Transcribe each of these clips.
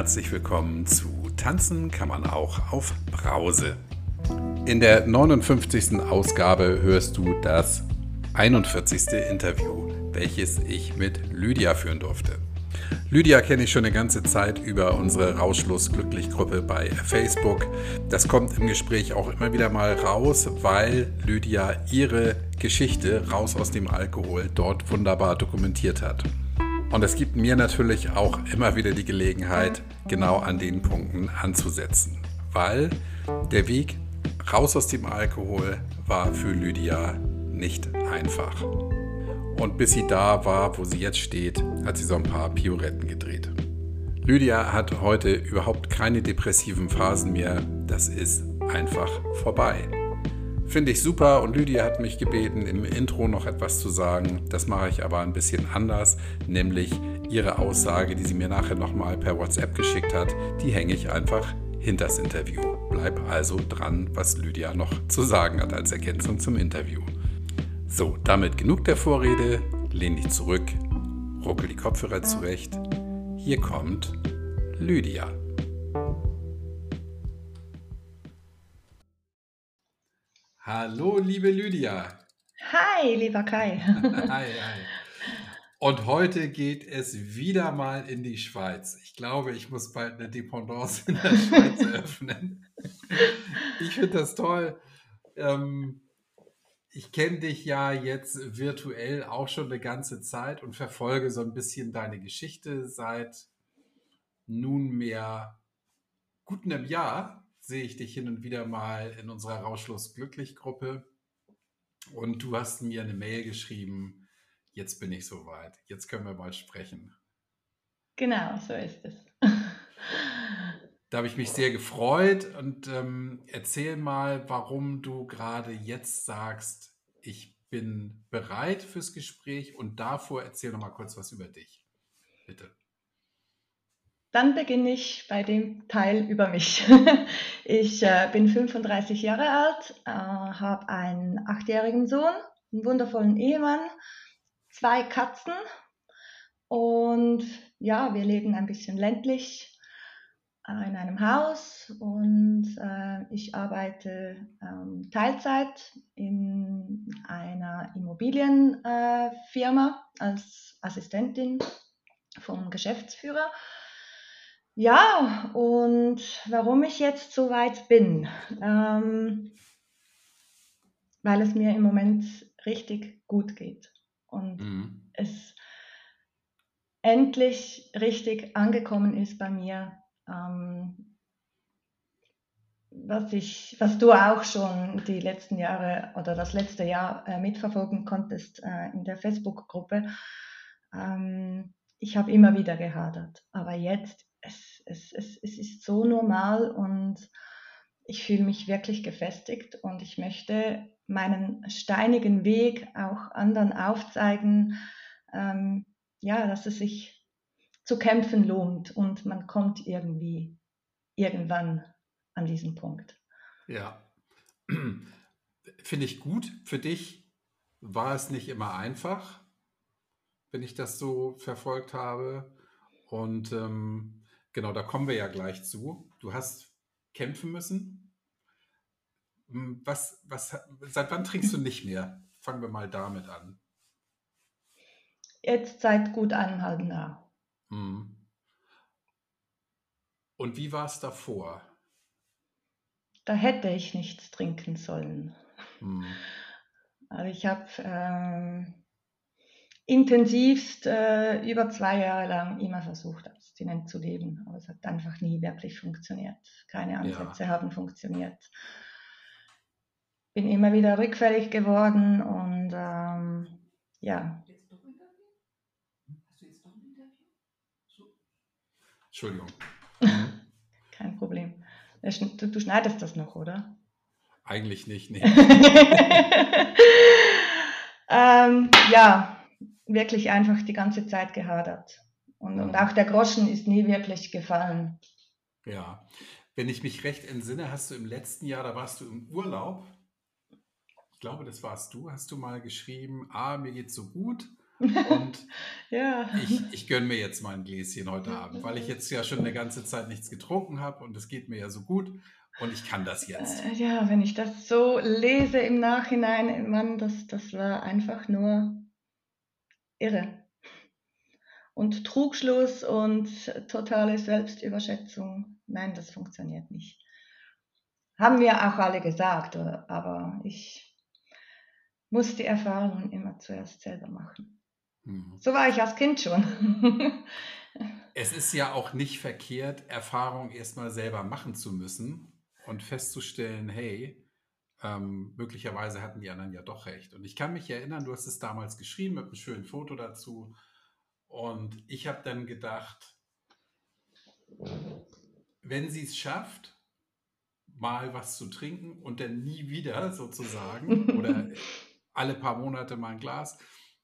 herzlich willkommen zu Tanzen kann man auch auf Brause. In der 59. Ausgabe hörst du das 41. Interview, welches ich mit Lydia führen durfte. Lydia kenne ich schon eine ganze Zeit über unsere Rauschlos-Glücklich-Gruppe bei Facebook. Das kommt im Gespräch auch immer wieder mal raus, weil Lydia ihre Geschichte raus aus dem Alkohol dort wunderbar dokumentiert hat. Und es gibt mir natürlich auch immer wieder die Gelegenheit, genau an den Punkten anzusetzen, weil der Weg raus aus dem Alkohol war für Lydia nicht einfach. Und bis sie da war, wo sie jetzt steht, hat sie so ein paar Pirouetten gedreht. Lydia hat heute überhaupt keine depressiven Phasen mehr. Das ist einfach vorbei. Finde ich super und Lydia hat mich gebeten, im Intro noch etwas zu sagen. Das mache ich aber ein bisschen anders, nämlich ihre Aussage, die sie mir nachher nochmal per WhatsApp geschickt hat, die hänge ich einfach hinter das Interview. Bleib also dran, was Lydia noch zu sagen hat als Ergänzung zum Interview. So, damit genug der Vorrede, lehn dich zurück, ruckel die Kopfhörer zurecht. Hier kommt Lydia. Hallo, liebe Lydia. Hi, lieber Kai. Hi. Und heute geht es wieder mal in die Schweiz. Ich glaube, ich muss bald eine Dependance in der Schweiz eröffnen. Ich finde das toll. Ich kenne dich ja jetzt virtuell auch schon eine ganze Zeit und verfolge so ein bisschen deine Geschichte. Seit nunmehr gut einem Jahr sehe ich dich hin und wieder mal in unserer Rauschlos-Glücklich-Gruppe. Und du hast mir eine Mail geschrieben, jetzt bin ich soweit, jetzt können wir mal sprechen. Genau, so ist es. Da habe ich mich sehr gefreut und erzähl mal, warum du gerade jetzt sagst, ich bin bereit fürs Gespräch und davor erzähl noch mal kurz was über dich, bitte. Dann beginne ich bei dem Teil über mich. Ich bin 35 Jahre alt, habe einen 8-jährigen Sohn, einen wundervollen Ehemann, 2 Katzen und ja, wir leben ein bisschen ländlich in einem Haus und ich arbeite Teilzeit in einer Immobilienfirma als Assistentin vom Geschäftsführer. Ja, und warum ich jetzt so weit bin, weil es mir im Moment richtig gut geht und es endlich richtig angekommen ist bei mir, was du auch schon die letzten Jahre oder das letzte Jahr mitverfolgen konntest in der Facebook-Gruppe. Ich habe immer wieder gehadert, aber jetzt, es ist so normal und ich fühle mich wirklich gefestigt und ich möchte meinen steinigen Weg auch anderen aufzeigen, ja, dass es sich zu kämpfen lohnt und man kommt irgendwie irgendwann an diesen Punkt. Ja, finde ich gut. Für dich war es nicht immer einfach, wenn ich das so verfolgt habe. Und genau, da kommen wir ja gleich zu. Du hast kämpfen müssen. Seit wann trinkst du nicht mehr? Fangen wir mal damit an. Jetzt seit gut 1,5 Jahren. Mhm. Und wie war es davor? Da hätte ich nichts trinken sollen. Mhm. Also ich habe intensivst über 2 Jahre lang immer versucht, abstinent zu leben, aber es hat einfach nie wirklich funktioniert. Keine Ansätze Ja. haben funktioniert. Bin immer wieder rückfällig geworden und ja. Entschuldigung. Kein Problem. Du schneidest das noch, oder? Eigentlich nicht, nee. Ja, wirklich einfach die ganze Zeit gehadert. Und auch der Groschen ist nie wirklich gefallen. Ja. Wenn ich mich recht entsinne, hast du im letzten Jahr, da warst du im Urlaub. Ich glaube, das warst du, hast du mal geschrieben, mir geht's so gut Und Ja. ich gönne mir jetzt mal ein Gläschen heute Abend, weil ich jetzt ja schon eine ganze Zeit nichts getrunken habe und es geht mir ja so gut und ich kann das jetzt. Ja, wenn ich das so lese im Nachhinein, Mann, das war einfach nur irre. Und Trugschluss und totale Selbstüberschätzung, nein, das funktioniert nicht. Haben mir auch alle gesagt, aber ich muss die Erfahrungen immer zuerst selber machen. Mhm. So war ich als Kind schon. Es ist ja auch nicht verkehrt, Erfahrung erstmal selber machen zu müssen und festzustellen, hey, möglicherweise hatten die anderen ja doch recht. Und ich kann mich erinnern, du hast es damals geschrieben mit einem schönen Foto dazu. Und ich habe dann gedacht, wenn sie es schafft, mal was zu trinken und dann nie wieder sozusagen oder alle paar Monate mal ein Glas,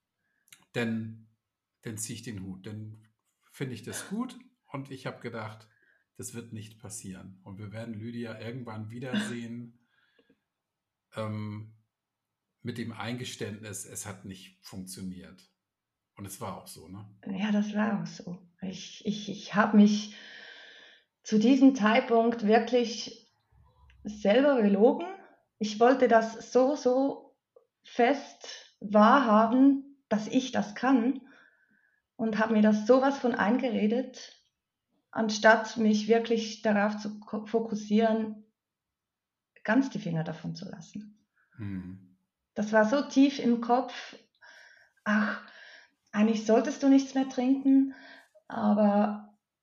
dann ziehe ich den Hut. Dann finde ich das gut und ich habe gedacht, das wird nicht passieren. Und wir werden Lydia irgendwann wiedersehen ähm, mit dem Eingeständnis, es hat nicht funktioniert. Und es war auch so, ne? Ja, das war auch so. Ich habe mich zu diesem Zeitpunkt wirklich selber belogen. Ich wollte das so fest wahrhaben, dass ich das kann und habe mir das sowas von eingeredet, anstatt mich wirklich darauf zu fokussieren, ganz die Finger davon zu lassen. Hm. Das war so tief im Kopf. Ach, eigentlich solltest du nichts mehr trinken, aber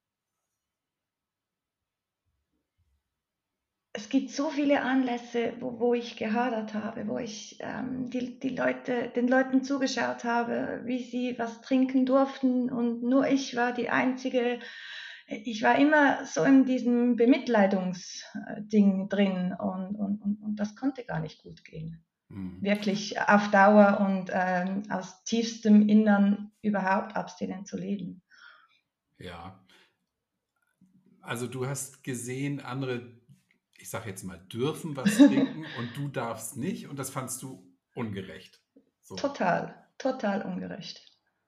es gibt so viele Anlässe, wo ich gehadert habe, wo ich den Leuten zugeschaut habe, wie sie was trinken durften und nur ich war die Einzige. Ich war immer so in diesem Bemitleidungsding drin und das konnte gar nicht gut gehen. Hm. Wirklich auf Dauer und aus tiefstem Innern überhaupt abstinent zu leben. Ja. Also du hast gesehen, andere, ich sage jetzt mal, dürfen was trinken und du darfst nicht und das fandst du ungerecht. So, Total ungerecht.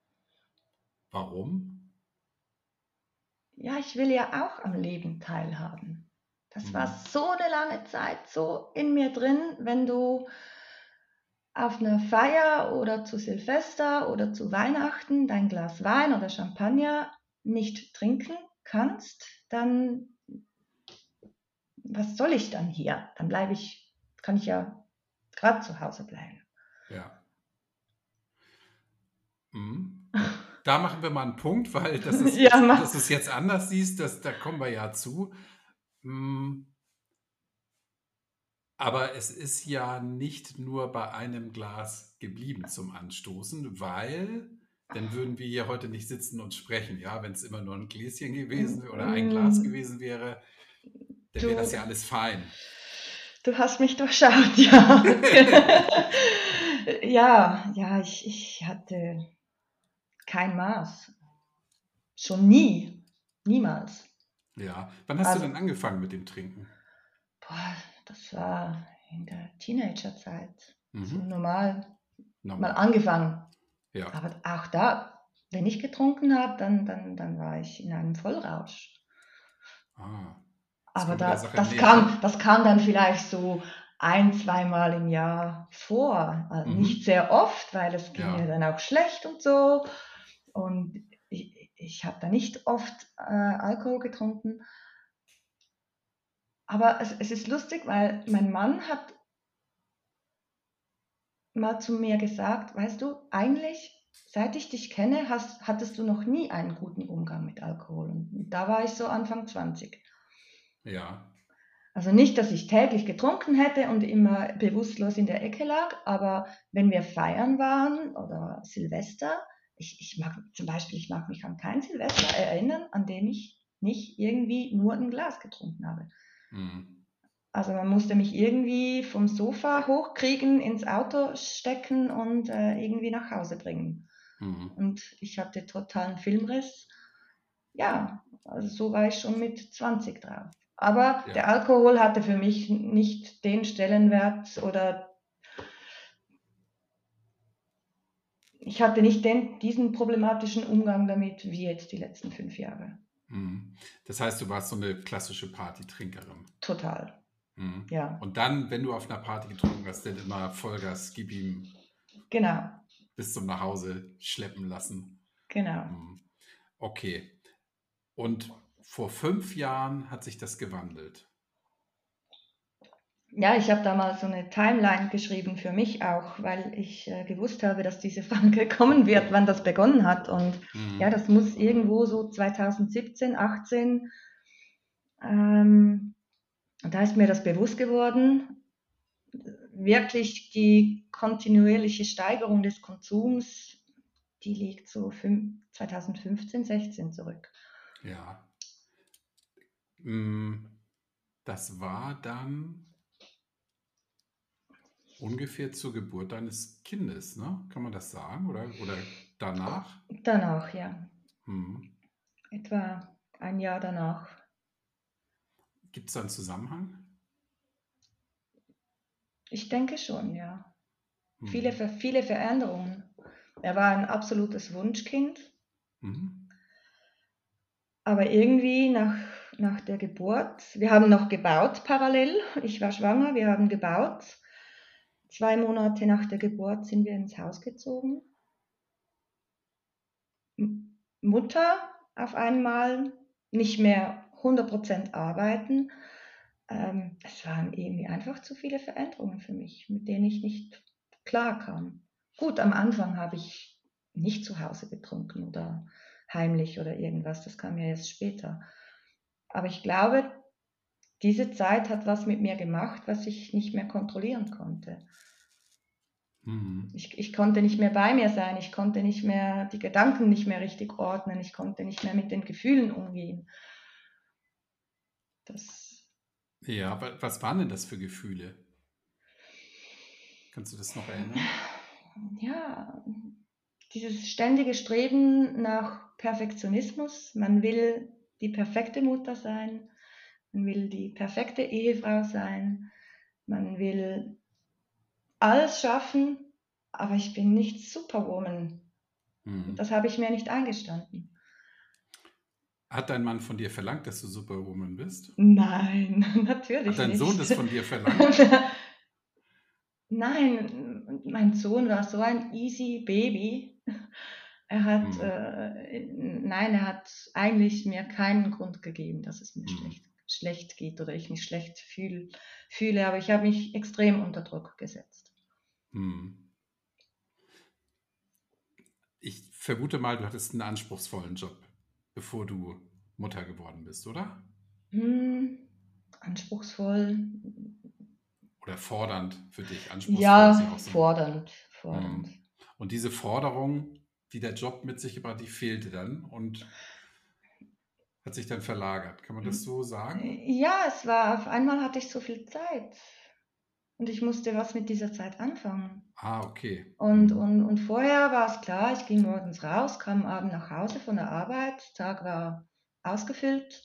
warum? Ja, ich will ja auch am Leben teilhaben. Das war Hm. so eine lange Zeit so in mir drin, wenn du auf einer Feier oder zu Silvester oder zu Weihnachten dein Glas Wein oder Champagner nicht trinken kannst, dann was soll ich dann hier? Dann kann ich ja gerade zu Hause bleiben. Ja. Hm. Da machen wir mal einen Punkt, weil Ja, dass du es jetzt anders siehst, da kommen wir ja zu. Hm. Aber es ist ja nicht nur bei einem Glas geblieben zum Anstoßen, weil dann würden wir hier heute nicht sitzen und sprechen, ja, wenn es immer nur ein Gläschen gewesen wäre oder ein Glas gewesen wäre, dann wäre das du, ja alles fein. du hast mich durchschaut, ja. Ja, ich hatte kein Maß. Schon nie. Niemals. Ja. Wann hast du Also, denn angefangen mit dem Trinken? das war in der Teenagerzeit. So Mhm. normal mal Normal. angefangen. Ja. Aber auch da, wenn ich getrunken habe, dann war ich in einem Vollrausch. Ah. Jetzt Aber kommen wir der Sache das näher, ne? das kam dann vielleicht so ein, zweimal im Jahr vor. Also nicht Mhm. sehr oft, weil es ging mir Ja. dann auch schlecht und so. Und ich habe da nicht oft Alkohol getrunken. Aber es ist lustig, weil mein Mann hat mal zu mir gesagt, weißt du, eigentlich, seit ich dich kenne, hattest du noch nie einen guten Umgang mit Alkohol. Und da war ich so Anfang 20. Ja. Also nicht, dass ich täglich getrunken hätte und immer bewusstlos in der Ecke lag, aber wenn wir feiern waren oder Silvester, ich mag mich an kein Silvester erinnern, an dem ich nicht irgendwie nur ein Glas getrunken habe. Mhm. Also man musste mich irgendwie vom Sofa hochkriegen, ins Auto stecken und irgendwie nach Hause bringen. Mhm. Und ich hatte totalen Filmriss. Ja, also so war ich schon mit 20 drauf. Aber der Ja. Alkohol hatte für mich nicht den Stellenwert oder ich hatte nicht diesen problematischen Umgang damit wie jetzt die letzten 5 Jahre. Mhm. Das heißt, du warst so eine klassische Partytrinkerin. Total, Mhm. ja, Und dann, wenn du auf einer Party getrunken hast, dann immer Vollgas, gib ihm genau, bis zum Nachhause schleppen lassen. genau. Mhm. Okay. Und vor 5 Jahren hat sich das gewandelt. Ja, ich habe da mal so eine Timeline geschrieben für mich auch, weil ich gewusst habe, dass diese Frage kommen wird, wann das begonnen hat. Und ja, Mhm. das muss irgendwo so 2017, 18. Ähm, und da ist mir das bewusst geworden, wirklich die kontinuierliche Steigerung des Konsums, die liegt so 2015, 16 zurück. Ja. Mm, Das war dann ungefähr zur Geburt deines Kindes, ne? Kann man das sagen? Oder danach? Danach, ja, Hm. etwa ein Jahr danach. Gibt es da einen Zusammenhang? Ich denke schon, ja. Hm. Viele Veränderungen. Er war ein absolutes Wunschkind, Mhm. aber irgendwie nach der Geburt, wir haben noch gebaut parallel, ich war schwanger, wir haben gebaut. 2 Monate nach der Geburt sind wir ins Haus gezogen. Mutter auf einmal, nicht mehr 100% arbeiten. Es waren irgendwie einfach zu viele Veränderungen für mich, mit denen ich nicht klarkam. Gut, am Anfang habe ich nicht zu Hause getrunken oder heimlich oder irgendwas, das kam ja erst später. Aber ich glaube, diese Zeit hat was mit mir gemacht, was ich nicht mehr kontrollieren konnte. Mhm. Ich konnte nicht mehr bei mir sein, ich konnte nicht mehr die Gedanken nicht mehr richtig ordnen, ich konnte nicht mehr mit den Gefühlen umgehen. Das, Ja, was waren denn das für Gefühle? Kannst du das noch erinnern? ja, dieses ständige Streben nach Perfektionismus. Man will die perfekte Mutter sein, man will die perfekte Ehefrau sein, man will alles schaffen, aber ich bin nicht Superwoman. Mhm. Das habe ich mir nicht eingestanden. Hat dein Mann von dir verlangt, dass du Superwoman bist? Nein, Hat natürlich dein Sohn nicht. das von dir verlangt? Nein, mein Sohn war so ein easy Baby. Mhm. Nein, er hat eigentlich mir keinen Grund gegeben, dass es mir Mhm. schlecht geht oder ich mich schlecht fühle, aber ich habe mich extrem unter Druck gesetzt. Mhm. Ich vermute mal, du hattest einen anspruchsvollen Job, bevor du Mutter geworden bist, oder? Hm, anspruchsvoll. Oder fordernd für dich. Anspruchsvoll ist ja Ja, auch so ein. fordernd, fordernd. Mhm. Und diese Forderung, die der Job mit sich gebracht, die fehlte dann und hat sich dann verlagert. Kann man das so sagen? Ja, es war, auf einmal hatte ich so viel Zeit und ich musste was mit dieser Zeit anfangen. Ah, okay. Mhm. Und vorher war es klar, ich ging morgens raus, kam am Abend nach Hause von der Arbeit, Tag war ausgefüllt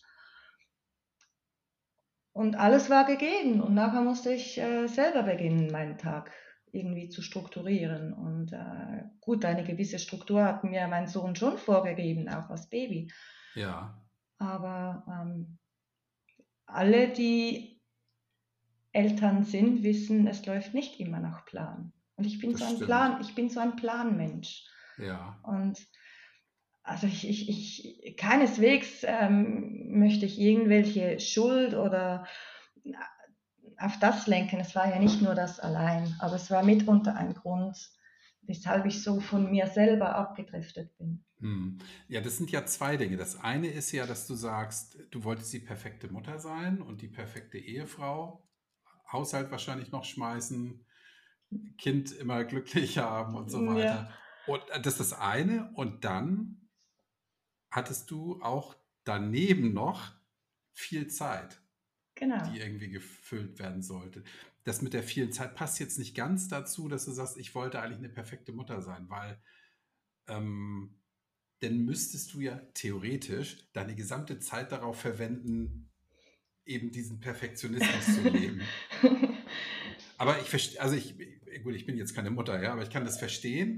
und alles war gegeben. Und nachher musste ich selber beginnen, meinen Tag irgendwie zu strukturieren. Und gut, eine gewisse Struktur hat mir mein Sohn schon vorgegeben, auch als Baby. Ja, Aber alle, die Eltern sind, wissen, es läuft nicht immer nach Plan. Und das stimmt. Ich bin so ein Planmensch. Ja. Und also keineswegs möchte ich irgendwelche Schuld oder auf das lenken. Es war ja nicht nur das allein, aber es war mitunter ein Grund, weshalb ich so von mir selber abgedriftet bin. Mhm. Ja, das sind ja zwei Dinge. Das eine ist ja, dass du sagst, du wolltest die perfekte Mutter sein und die perfekte Ehefrau, Haushalt wahrscheinlich noch schmeißen, Kind immer glücklich haben und so Ja, weiter. Und das ist das eine. Und dann hattest du auch daneben noch viel Zeit, genau. die irgendwie gefüllt werden sollte. Das mit der vielen Zeit passt jetzt nicht ganz dazu, dass du sagst, ich wollte eigentlich eine perfekte Mutter sein, weil ähm, dann müsstest du ja theoretisch deine gesamte Zeit darauf verwenden, eben diesen Perfektionismus zu leben. Aber ich verstehe, also gut, ich bin jetzt keine Mutter, ja, aber ich kann das verstehen.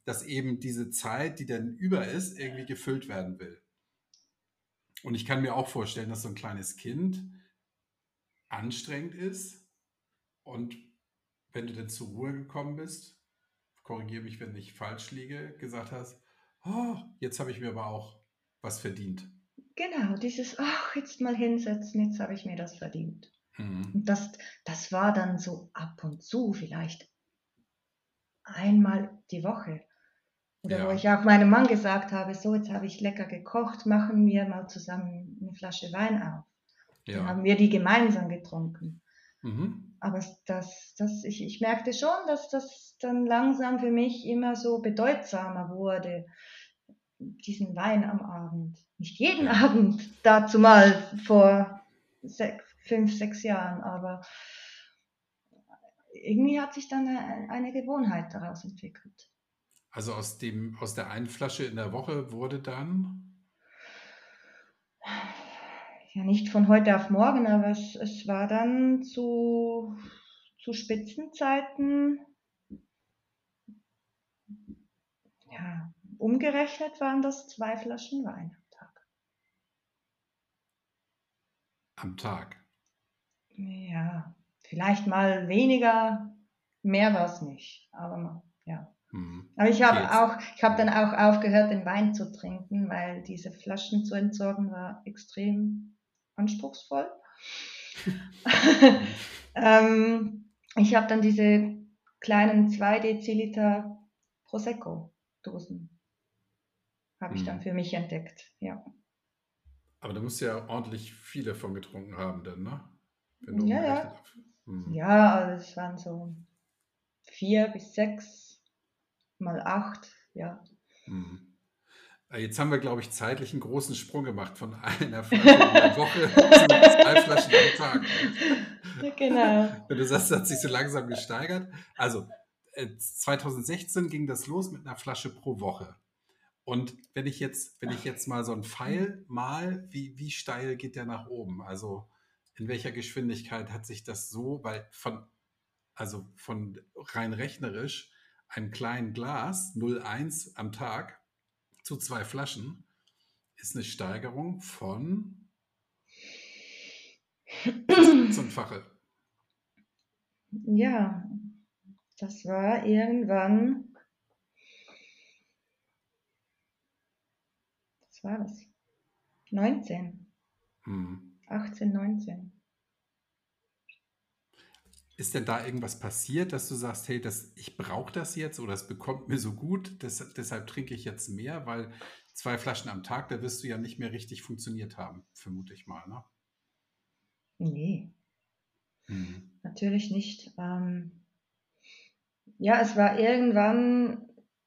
dass eben diese Zeit, die dann über ist, irgendwie gefüllt werden will. Und ich kann mir auch vorstellen, dass so ein kleines Kind anstrengend ist und wenn du dann zur Ruhe gekommen bist, korrigiere mich, wenn ich falsch liege, gesagt hast, oh, jetzt habe ich mir aber auch was verdient. Genau, dieses, ach, jetzt mal hinsetzen, jetzt habe ich mir das verdient. Mhm. Und das war dann so ab und zu, vielleicht einmal die Woche. Oder wo Ja, ich auch meinem Mann gesagt habe, so, jetzt habe ich lecker gekocht, machen wir mal zusammen eine Flasche Wein auf. Dann ja. haben wir die gemeinsam getrunken. Mhm. Aber ich merkte schon, dass das dann langsam für mich immer so bedeutsamer wurde, diesen Wein am Abend. Nicht jeden Ja. Abend, dazu mal vor 5, 6 Jahren, aber irgendwie hat sich dann eine Gewohnheit daraus entwickelt. Also aus der einen Flasche in der Woche wurde dann, Ja, nicht von heute auf morgen, aber es war dann zu Spitzenzeiten, ja, umgerechnet waren das 2 Flaschen Wein am Tag. am Tag. Ja, vielleicht mal weniger, mehr war es nicht. Aber ja. Mhm. Aber Okay, jetzt. ich habe dann Mhm. auch aufgehört, den Wein zu trinken, weil diese Flaschen zu entsorgen war extrem anspruchsvoll. Mhm. Ich habe dann diese kleinen 2 Deziliter Prosecco-Dosen habe ich dann Mhm. für mich entdeckt. Ja, Aber du musst ja ordentlich viel davon getrunken haben dann, ne? Wenn du ja, umgerechnet ja. hast. Mhm. Ja, also es waren so 4 bis 6 mal 8. Ja. Mhm. Jetzt haben wir, glaube ich, zeitlich einen großen Sprung gemacht von einer Flasche in der Woche zu 2 Flaschen am Tag. Genau. Wenn du sagst, das hat sich so langsam gesteigert. Also 2016 ging das los mit einer Flasche pro Woche. Und wenn ich jetzt mal so einen Pfeil mal, wie steil geht der nach oben? Also in welcher Geschwindigkeit hat sich das so, weil also von rein rechnerisch einem kleinen Glas 0,1 am Tag zu 2 Flaschen ist eine Steigerung von fast 14-fache. Ja, das war irgendwann, was war das? 19, Hm. 18, 19. Ist denn da irgendwas passiert, dass du sagst, hey, ich brauche das jetzt oder es bekommt mir so gut, deshalb trinke ich jetzt mehr, weil 2 Flaschen am Tag, da wirst du ja nicht mehr richtig funktioniert haben, vermute ich mal, ne? Nee, Hm. natürlich nicht. Ja, es war irgendwann,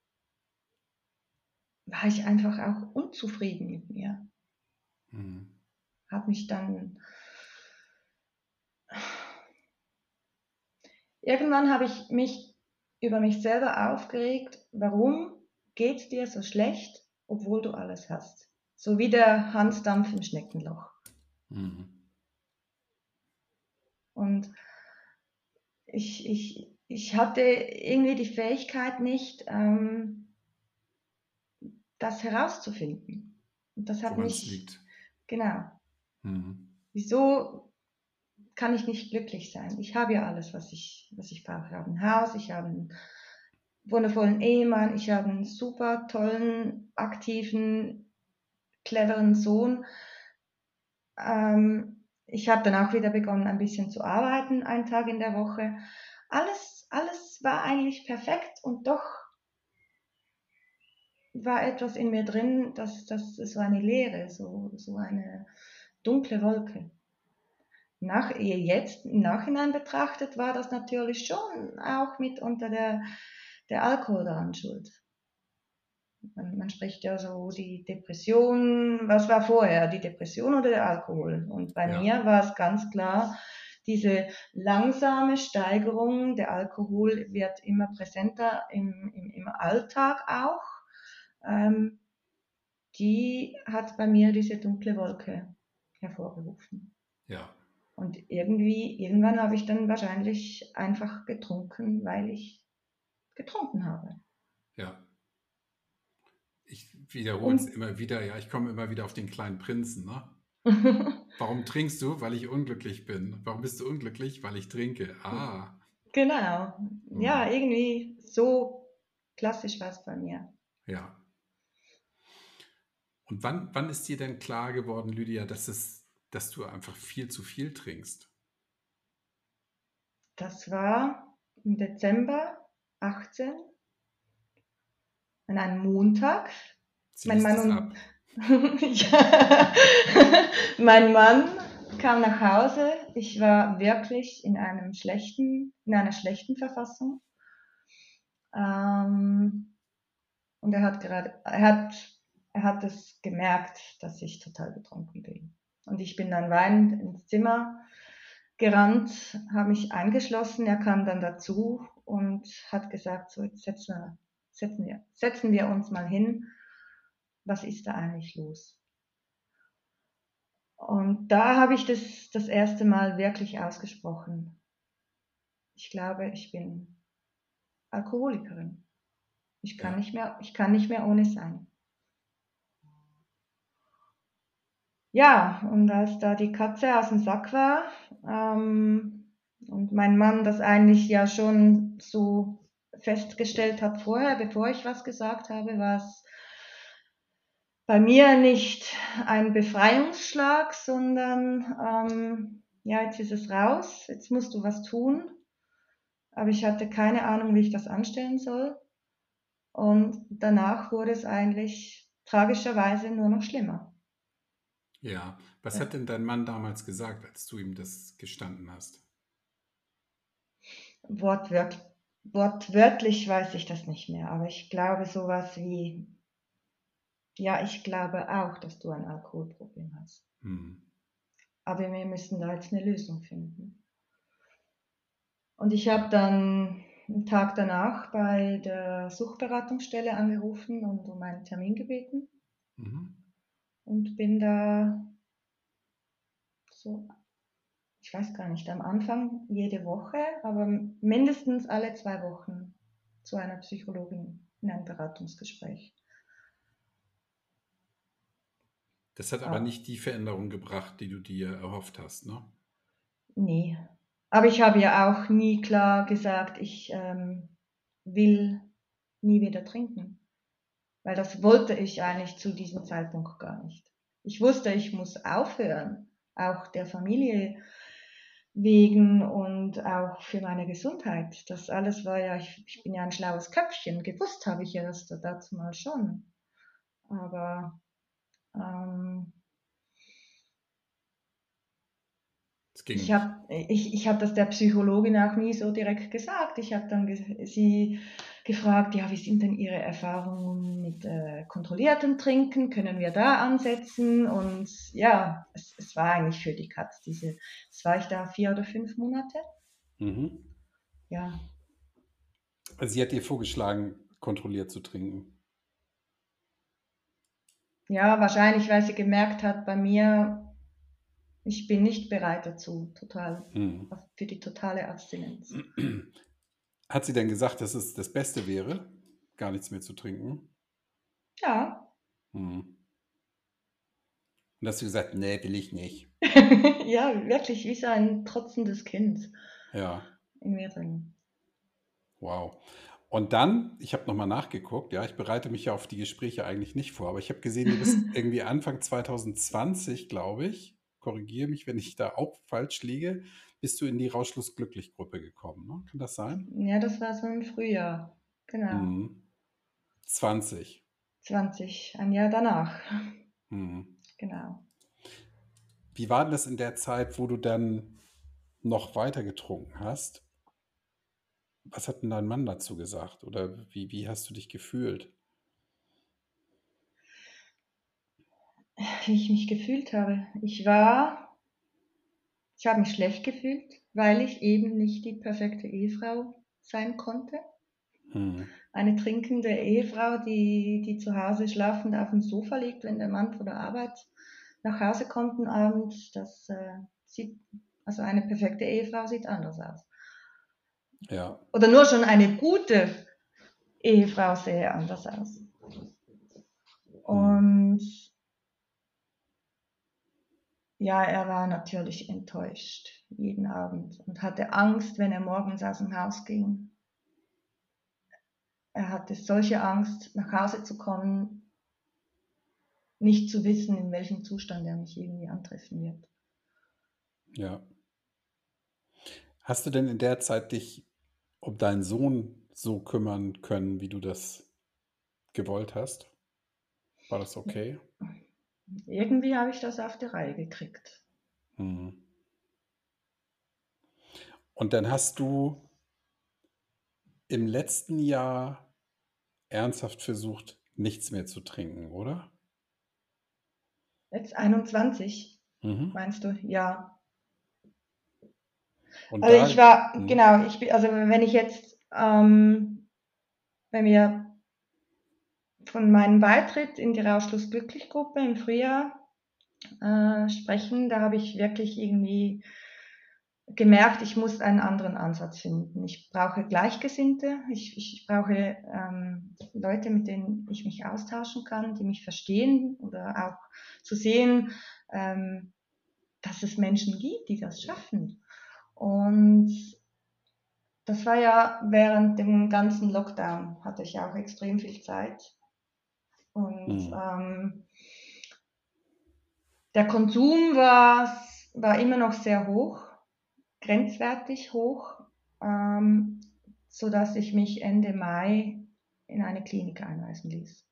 war ich einfach auch unzufrieden mit mir. Hm. Habe mich dann, irgendwann habe ich mich über mich selber aufgeregt, warum geht's dir so schlecht, obwohl du alles hast? So wie der Hansdampf im Schneckenloch. Hm. Und ich hatte irgendwie die Fähigkeit nicht, das herauszufinden. Und das hat Woran es mich, liegt. genau, Hm. wieso kann ich nicht glücklich sein? Ich habe ja alles, was ich brauche. Ich habe ein Haus, ich habe einen wundervollen Ehemann, ich habe einen super tollen, aktiven, cleveren Sohn. Ich habe dann auch wieder begonnen, ein bisschen zu arbeiten, einen Tag in der Woche. Alles war eigentlich perfekt und doch war etwas in mir drin, es war eine Leere, so eine dunkle Wolke. Jetzt im Nachhinein betrachtet war das natürlich schon auch mitunter der Alkohol daran schuld. Man spricht ja so die Depression, was war vorher, die Depression oder der Alkohol? Und bei Ja, mir war es ganz klar, diese langsame Steigerung, der Alkohol wird immer präsenter im Alltag auch. Ähm, Die hat bei mir diese dunkle Wolke hervorgerufen. ja, Und irgendwann habe ich dann wahrscheinlich einfach getrunken, weil ich getrunken habe. ja. wiederhole es Um immer wieder, ja, ich komme immer wieder auf den kleinen Prinzen, ne? Warum trinkst du? Weil ich unglücklich bin. Warum bist du unglücklich? Weil ich trinke. Ah. Genau. Hm. Ja, irgendwie so klassisch war es bei mir. Ja. Und wann ist dir denn klar geworden, Lydia, dass du einfach viel zu viel trinkst? Das war im Dezember 18 an einem Montag. Sie Mein liest Mann es ab. ja. Mein Mann kam nach Hause. Ich war wirklich in einer schlechten Verfassung. Und er hat es gemerkt, dass ich total betrunken bin. Und ich bin dann weinend ins Zimmer gerannt, habe mich eingeschlossen. Er kam dann dazu und hat gesagt, so jetzt setzen wir uns mal hin. Was ist da eigentlich los? Und da habe ich das erste Mal wirklich ausgesprochen. Ich glaube, ich bin Alkoholikerin. Ja. Ich kann nicht mehr ohne sein. Ja, und als da die Katze aus dem Sack war, und mein Mann das eigentlich ja schon so festgestellt hat vorher, bevor ich was gesagt habe, war es bei mir nicht ein Befreiungsschlag, sondern ja, jetzt ist es raus, jetzt musst du was tun. Aber ich hatte keine Ahnung, wie ich das anstellen soll. Und danach wurde es eigentlich tragischerweise nur noch schlimmer. Ja. Was Ja. hat denn dein Mann damals gesagt, als du ihm das gestanden hast? Wortwört Wortwörtlich weiß ich das nicht mehr, aber ich glaube sowas wie, ja, ich glaube auch, dass du ein Alkoholproblem hast. Hm. Aber wir müssen da jetzt eine Lösung finden. Und ich habe Ja. dann einen Tag danach bei der Suchtberatungsstelle angerufen und um einen Termin gebeten Mhm. und bin da so, ich weiß gar nicht, am Anfang jede Woche, aber mindestens alle 2 Wochen zu einer Psychologin in ein Beratungsgespräch. Das hat aber Ah, nicht die Veränderung gebracht, die du dir erhofft hast, ne? nee. Aber ich habe ja auch nie klar gesagt, ich will nie wieder trinken, weil das wollte ich eigentlich zu diesem Zeitpunkt gar nicht. Ich wusste, ich muss aufhören, auch der Familie wegen und auch für meine Gesundheit. Das alles war ja, ich bin ja ein schlaues Köpfchen, gewusst habe ich ja das dazu mal schon. Aber ähm, Es ging. ich hab das der Psychologin auch nie so direkt gesagt. Ich habe dann sie gefragt, ja, wie sind denn Ihre Erfahrungen mit kontrolliertem Trinken? Können wir da ansetzen? Und ja, es war eigentlich für die Katz das war ich da 4 oder 5 Monate. Mhm. Ja, Also sie hat dir vorgeschlagen, kontrolliert zu trinken. ja, wahrscheinlich, weil sie gemerkt hat, bei mir, ich bin nicht bereit dazu, Mhm. für die totale Abstinenz. Hat sie denn gesagt, dass es das Beste wäre, gar nichts mehr zu trinken? Ja, Mhm. Und hast du gesagt, nee, will ich nicht. ja, wirklich wie so ein trotzendes Kind Ja, in mir drin. wow. Und dann, ich habe nochmal nachgeguckt, ja, ich bereite mich ja auf die Gespräche eigentlich nicht vor, aber ich habe gesehen, du bist irgendwie Anfang 2020, glaube ich, korrigiere mich, wenn ich da auch falsch liege, bist du in die Rauschlos-Glücklich-Gruppe gekommen, ne? Kann das sein? Ja, das war so im Frühjahr. Genau. Mhm. 20. 20, ein Jahr danach. Mhm. Genau. Wie war denn das in der Zeit, wo du dann noch weiter getrunken hast? Was hat denn dein Mann dazu gesagt? Oder wie hast du dich gefühlt? Wie ich mich gefühlt habe. Ich habe mich schlecht gefühlt, weil ich eben nicht die perfekte Ehefrau sein konnte. Mhm. Eine trinkende Ehefrau, die zu Hause schlafend auf dem Sofa liegt, wenn der Mann von der Arbeit nach Hause kommt am Abend. Also eine perfekte Ehefrau sieht anders aus. Ja, Oder nur schon eine gute Ehefrau sähe anders aus. Und ja, er war natürlich enttäuscht jeden Abend und hatte Angst, wenn er morgens aus dem Haus ging. Er hatte solche Angst, nach Hause zu kommen, nicht zu wissen, in welchem Zustand er mich irgendwie antreffen wird. Ja. Hast du denn in der Zeit dich um deinen Sohn so kümmern können, wie du das gewollt hast? War das okay? Irgendwie habe ich das auf die Reihe gekriegt. Mhm. Und dann hast du im letzten Jahr ernsthaft versucht, nichts mehr zu trinken, oder? Jetzt 21, Mhm. meinst du? Ja. Und Also ich da, war, mhm. genau, also wenn ich jetzt, wenn wir von meinem Beitritt in die Rauschlos Glücklich Gruppe im Frühjahr sprechen, da habe ich wirklich irgendwie gemerkt, ich muss einen anderen Ansatz finden. Ich brauche Gleichgesinnte, ich brauche Leute, mit denen ich mich austauschen kann, die mich verstehen oder auch zu sehen, dass es Menschen gibt, die das schaffen. Und das war ja während dem ganzen Lockdown, hatte ich auch extrem viel Zeit. Und Mhm. der Konsum war immer noch sehr hoch, grenzwertig hoch, ähm, sodass ich mich Ende Mai in eine Klinik einweisen ließ.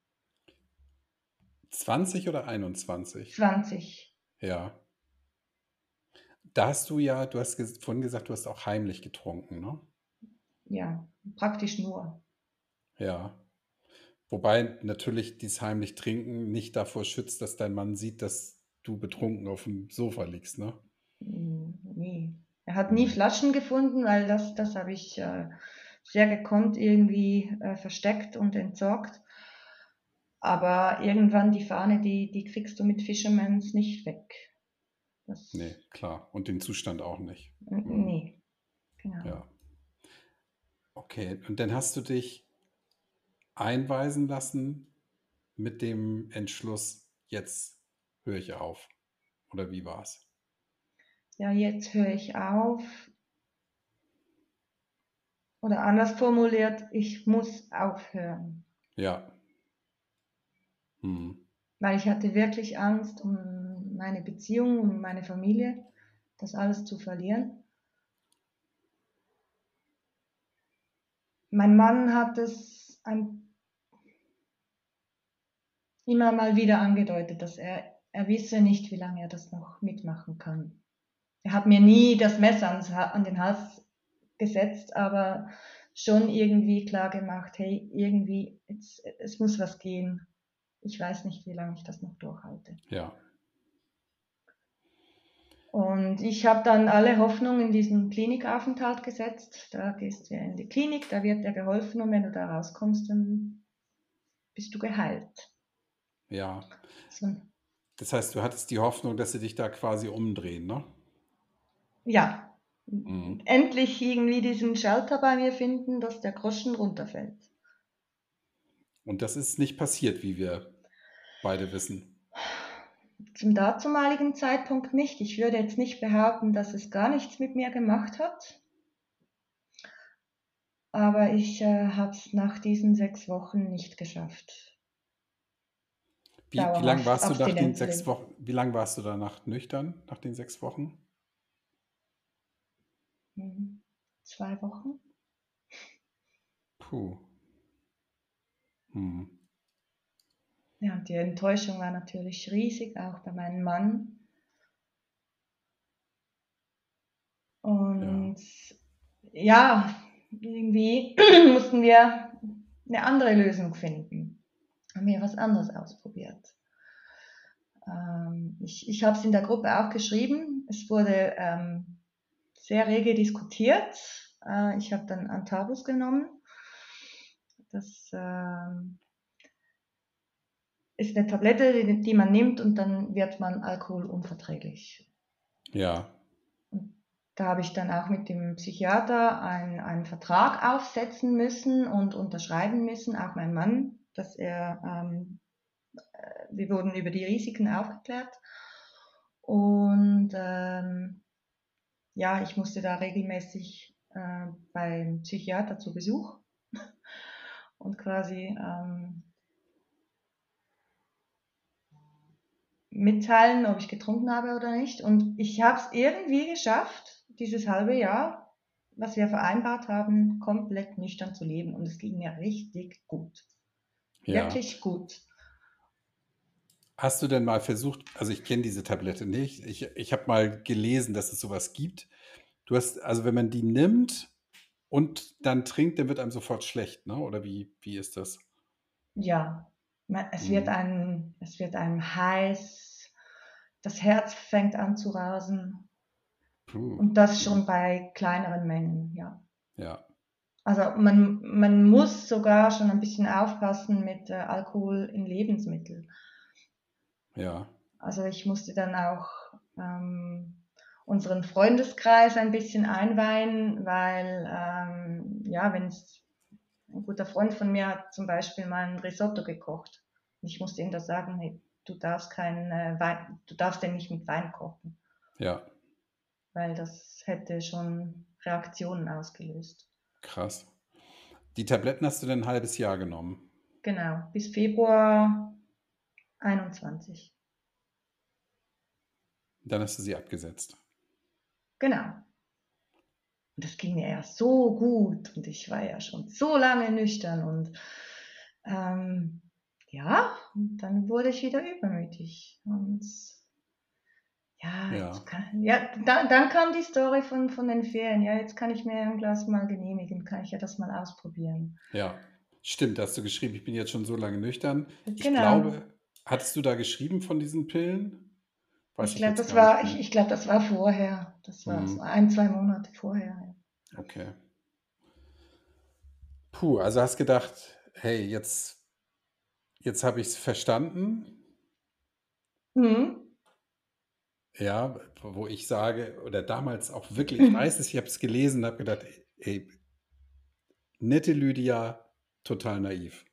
20 oder 21? 20, Ja. Da hast du ja, du hast vorhin gesagt, du hast auch heimlich getrunken, ne? ja, praktisch nur. Ja. Wobei natürlich dieses heimlich Trinken nicht davor schützt, dass dein Mann sieht, dass du betrunken auf dem Sofa liegst, ne? Nie. Er hat nie Mhm. Flaschen gefunden, weil das habe ich sehr gekonnt irgendwie versteckt und entsorgt. Aber irgendwann die Fahne, die kriegst du mit Fishermans nicht weg. Nee, Das, klar. Und den Zustand auch nicht. Mhm. nee, genau. Ja. Okay. Und dann hast du dich einweisen lassen mit dem Entschluss, jetzt höre ich auf. Oder wie war's? Ja, jetzt höre ich auf. Oder anders formuliert, ich muss aufhören. Ja. Mhm. Weil ich hatte wirklich Angst um meine Beziehung, um meine Familie, das alles zu verlieren. Mein Mann hat es immer mal wieder angedeutet, dass er wisse nicht, wie lange er das noch mitmachen kann. Er hat mir nie das Messer an den Hals gesetzt, aber schon irgendwie klar gemacht, hey, irgendwie, es muss was gehen. Ich weiß nicht, wie lange ich das noch durchhalte. Ja. Und ich habe dann alle Hoffnung in diesen Klinikaufenthalt gesetzt. Da gehst du in die Klinik, da wird dir geholfen und wenn du da rauskommst, dann bist du geheilt. Ja. So, Das heißt, du hattest die Hoffnung, dass sie dich da quasi umdrehen, ne? ja, Mhm. endlich irgendwie diesen Schalter bei mir finden, dass der Groschen runterfällt. Und das ist nicht passiert, wie wir beide wissen. Zum dazumaligen Zeitpunkt nicht. Ich würde jetzt nicht behaupten, dass es gar nichts mit mir gemacht hat, aber ich habe es nach diesen 6 Wochen nicht geschafft, Wie lang dauerhaft warst du nach den abstinent zu 6 leben. Wochen, wie lang warst du danach nüchtern, nach den 6 Wochen? 2 Wochen. Puh. Hm. Ja, und die Enttäuschung war natürlich riesig, auch bei meinem Mann. Ja. Und ja, irgendwie mussten wir eine andere Lösung finden. Haben wir was anderes ausprobiert. Ich habe es in der Gruppe auch geschrieben. Es wurde sehr rege diskutiert. Ich habe dann Antabus genommen. Das ist eine Tablette, die man nimmt und dann wird man alkoholunverträglich. Ja. Und da habe ich dann auch mit dem Psychiater einen Vertrag aufsetzen müssen und unterschreiben müssen, auch mein Mann, dass er Wir wurden über die Risiken aufgeklärt und ja, ich musste da regelmäßig beim Psychiater zu Besuch und quasi mitteilen, ob ich getrunken habe oder nicht. Und ich habe es irgendwie geschafft, dieses halbe Jahr, was wir vereinbart haben, komplett nüchtern zu leben. Und es ging mir richtig gut. Ja. Wirklich gut. Hast du denn mal versucht, also ich kenne diese Tablette nicht, ich habe mal gelesen, dass es sowas gibt. Du hast, also wenn man die nimmt und dann trinkt, dann wird einem sofort schlecht, ne? Oder wie ist das? Ja, Mhm. es wird einem heiß, das Herz fängt an zu rasen. Puh. Und das Mhm. schon bei kleineren Mengen, ja. Ja, Also man muss sogar schon ein bisschen aufpassen mit Alkohol in Lebensmitteln. ja, Also ich musste dann auch unseren Freundeskreis ein bisschen einweihen, weil ja, wenn es ein guter Freund von mir hat zum Beispiel mal ein Risotto gekocht. Ich musste ihm da sagen, hey, du darfst keinen Wein, du darfst den nicht mit Wein kochen, ja, weil das hätte schon Reaktionen ausgelöst. krass. Die Tabletten hast du dann ein halbes Jahr genommen. Genau, bis Februar 21. Dann hast du sie abgesetzt. Genau. Und das ging mir ja so gut und ich war ja schon so lange nüchtern und ähm, ja, und dann wurde ich wieder übermütig. Und ja, Ja, ja dann kam die Story von den Ferien. Ja, jetzt kann ich mir ein Glas mal genehmigen, kann ich ja das mal ausprobieren. ja. Stimmt, da hast du geschrieben, ich bin jetzt schon so lange nüchtern. Ich Genau. glaube, hattest du da geschrieben von diesen Pillen? Weiß Ich ich glaube, jetzt gar nicht mehr. ich glaube, das war vorher. Das war Hm, so ein, zwei Monate vorher. okay. Puh, also hast gedacht, hey, jetzt habe ich es verstanden. Ja. Mhm. Ja, wo ich sage, oder damals auch wirklich, ich weiß es, ich habe es gelesen und habe gedacht, ey, nette Lydia, total naiv.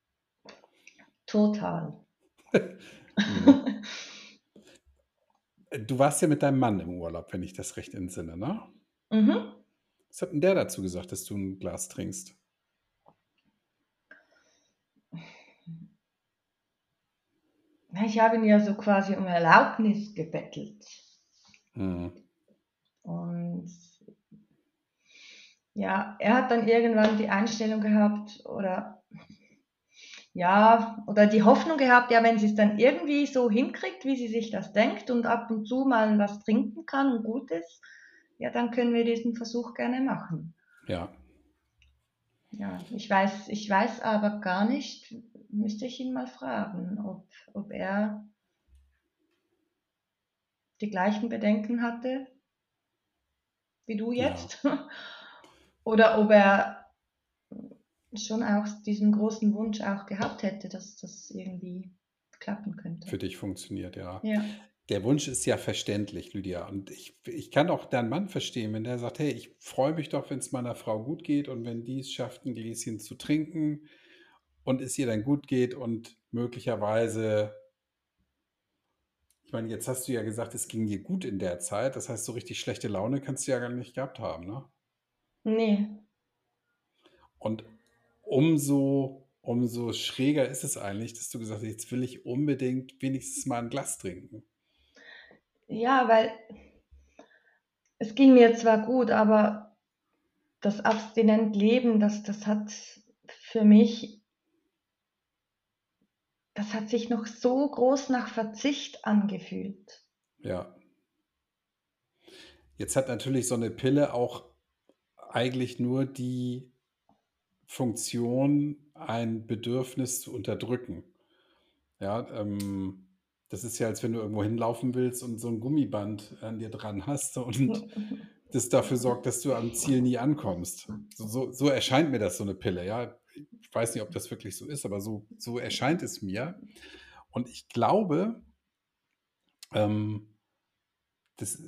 Total. Hm. Du warst ja mit deinem Mann im Urlaub, wenn ich das recht entsinne, ne? Mhm. Was hat denn der dazu gesagt, dass du ein Glas trinkst? Ja, ich habe ihn ja so quasi um Erlaubnis gebettelt. Hm. Und ja, er hat dann irgendwann die Einstellung gehabt oder ja, oder die Hoffnung gehabt, ja, wenn sie es dann irgendwie so hinkriegt, wie sie sich das denkt und ab und zu mal was trinken kann und gut ist, ja, dann können wir diesen Versuch gerne machen. Ja, Ja, ich weiß aber gar nicht, müsste ich ihn mal fragen, ob er die gleichen Bedenken hatte wie du ja, jetzt oder ob er schon auch diesen großen Wunsch auch gehabt hätte, dass das irgendwie klappen könnte. für dich funktioniert, ja. Ja. Der Wunsch ist ja verständlich, Lydia. Und ich kann auch deinen Mann verstehen, wenn der sagt, hey, ich freue mich doch, wenn es meiner Frau gut geht und wenn die es schafft, ein Gläschen zu trinken und es ihr dann gut geht und möglicherweise, ich meine, jetzt hast du ja gesagt, es ging dir gut in der Zeit. Das heißt, so richtig schlechte Laune kannst du ja gar nicht gehabt haben, ne? Nee. Und umso schräger ist es eigentlich, dass du gesagt hast, jetzt will ich unbedingt wenigstens mal ein Glas trinken. Ja, weil es ging mir zwar gut, aber das abstinent Leben, das hat für mich, das hat sich noch so groß nach Verzicht angefühlt. Ja. Jetzt hat natürlich so eine Pille auch eigentlich nur die Funktion, ein Bedürfnis zu unterdrücken. Ja, das ist ja, als wenn du irgendwo hinlaufen willst und so ein Gummiband an dir dran hast und das dafür sorgt, dass du am Ziel nie ankommst. So erscheint mir das, so eine Pille, ja. Ich weiß nicht, ob das wirklich so ist, aber so erscheint es mir. Und ich glaube, ähm, dass,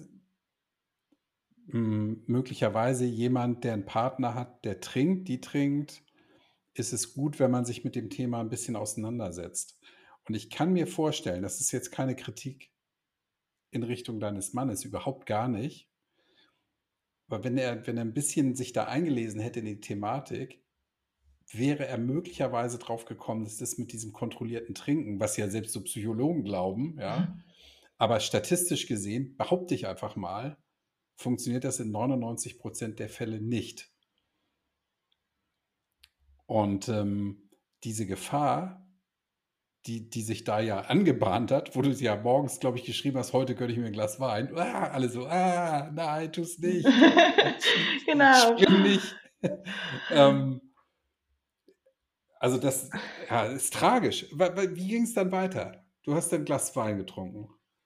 möglicherweise jemand, der einen Partner hat, der trinkt, die trinkt, ist es gut, wenn man sich mit dem Thema ein bisschen auseinandersetzt. Und ich kann mir vorstellen, das ist jetzt keine Kritik in Richtung deines Mannes, überhaupt gar nicht. Aber wenn er ein bisschen sich da eingelesen hätte in die Thematik, wäre er möglicherweise drauf gekommen, dass das mit diesem kontrollierten Trinken, was ja selbst so Psychologen glauben, ja, aber statistisch gesehen, behaupte ich einfach mal, funktioniert das in 99% der Fälle nicht. Und diese Gefahr, die sich da ja angebahnt hat, wo du ja morgens, glaube ich, geschrieben hast, heute gönne ich mir ein Glas Wein. Alle so, nein, tu's nicht. Genau. Spring nicht. Also das ist tragisch. Wie ging es dann weiter? Du hast ein Glas Wein getrunken.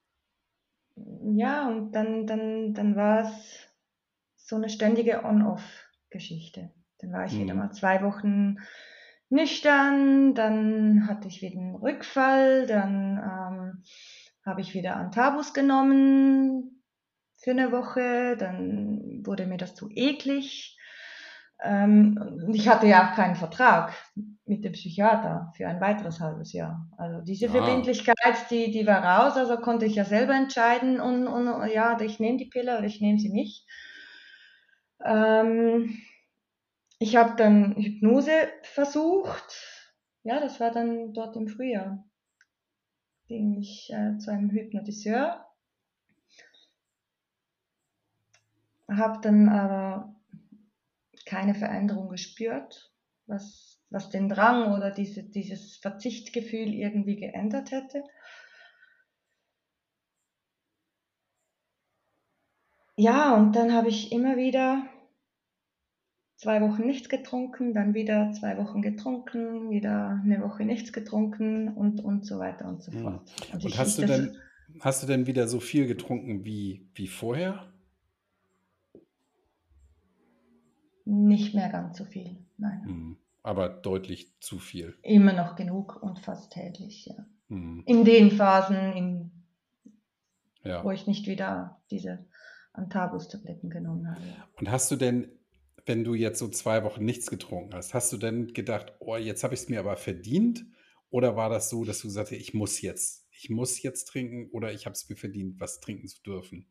Ja, und dann war es so eine ständige On-Off-Geschichte. Dann war ich wieder mal 2 Wochen nüchtern, dann hatte ich wieder einen Rückfall, dann habe ich wieder Antabus genommen für eine Woche, dann wurde mir das zu eklig. Und ich hatte ja auch keinen Vertrag mit dem Psychiater für ein weiteres halbes Jahr. Also diese Verbindlichkeit, die war raus, also konnte ich ja selber entscheiden und ja, ich nehme die Pille oder ich nehme sie nicht. Ich habe dann Hypnose versucht. Ja, das war dann dort im Frühjahr. Ging ich zu einem Hypnotiseur. Habe dann aber keine Veränderung gespürt, was den Drang oder dieses Verzichtgefühl irgendwie geändert hätte. Ja, und dann habe ich immer wieder 2 Wochen nichts getrunken, dann wieder 2 Wochen getrunken, wieder eine Woche nichts getrunken und so weiter und so fort. Und hast du denn wieder so viel getrunken wie vorher? Nicht mehr ganz so viel, nein. Aber deutlich zu viel. Immer noch genug und fast täglich, ja. In den Phasen, wo ich nicht wieder diese Antabus-Tabletten genommen habe. Und hast du denn, wenn du jetzt so 2 Wochen nichts getrunken hast du denn gedacht, oh, jetzt habe ich es mir aber verdient? Oder war das so, dass du sagst, ich muss jetzt trinken oder ich habe es mir verdient, was trinken zu dürfen?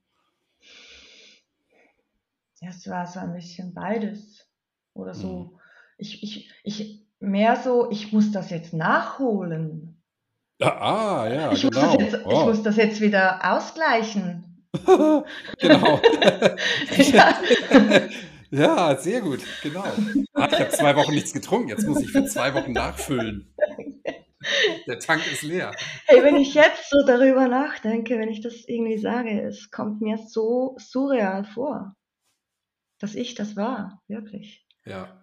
Ja, es war so ein bisschen beides. Oder so, mehr so, ich muss das jetzt nachholen. Ja, Ich muss das jetzt wieder ausgleichen. Genau. Ja, sehr gut, genau. Ich habe 2 Wochen nichts getrunken, jetzt muss ich für 2 Wochen nachfüllen. Der Tank ist leer. Hey, wenn ich jetzt so darüber nachdenke, wenn ich das irgendwie sage, es kommt mir so surreal vor, dass ich das war, wirklich. Ja.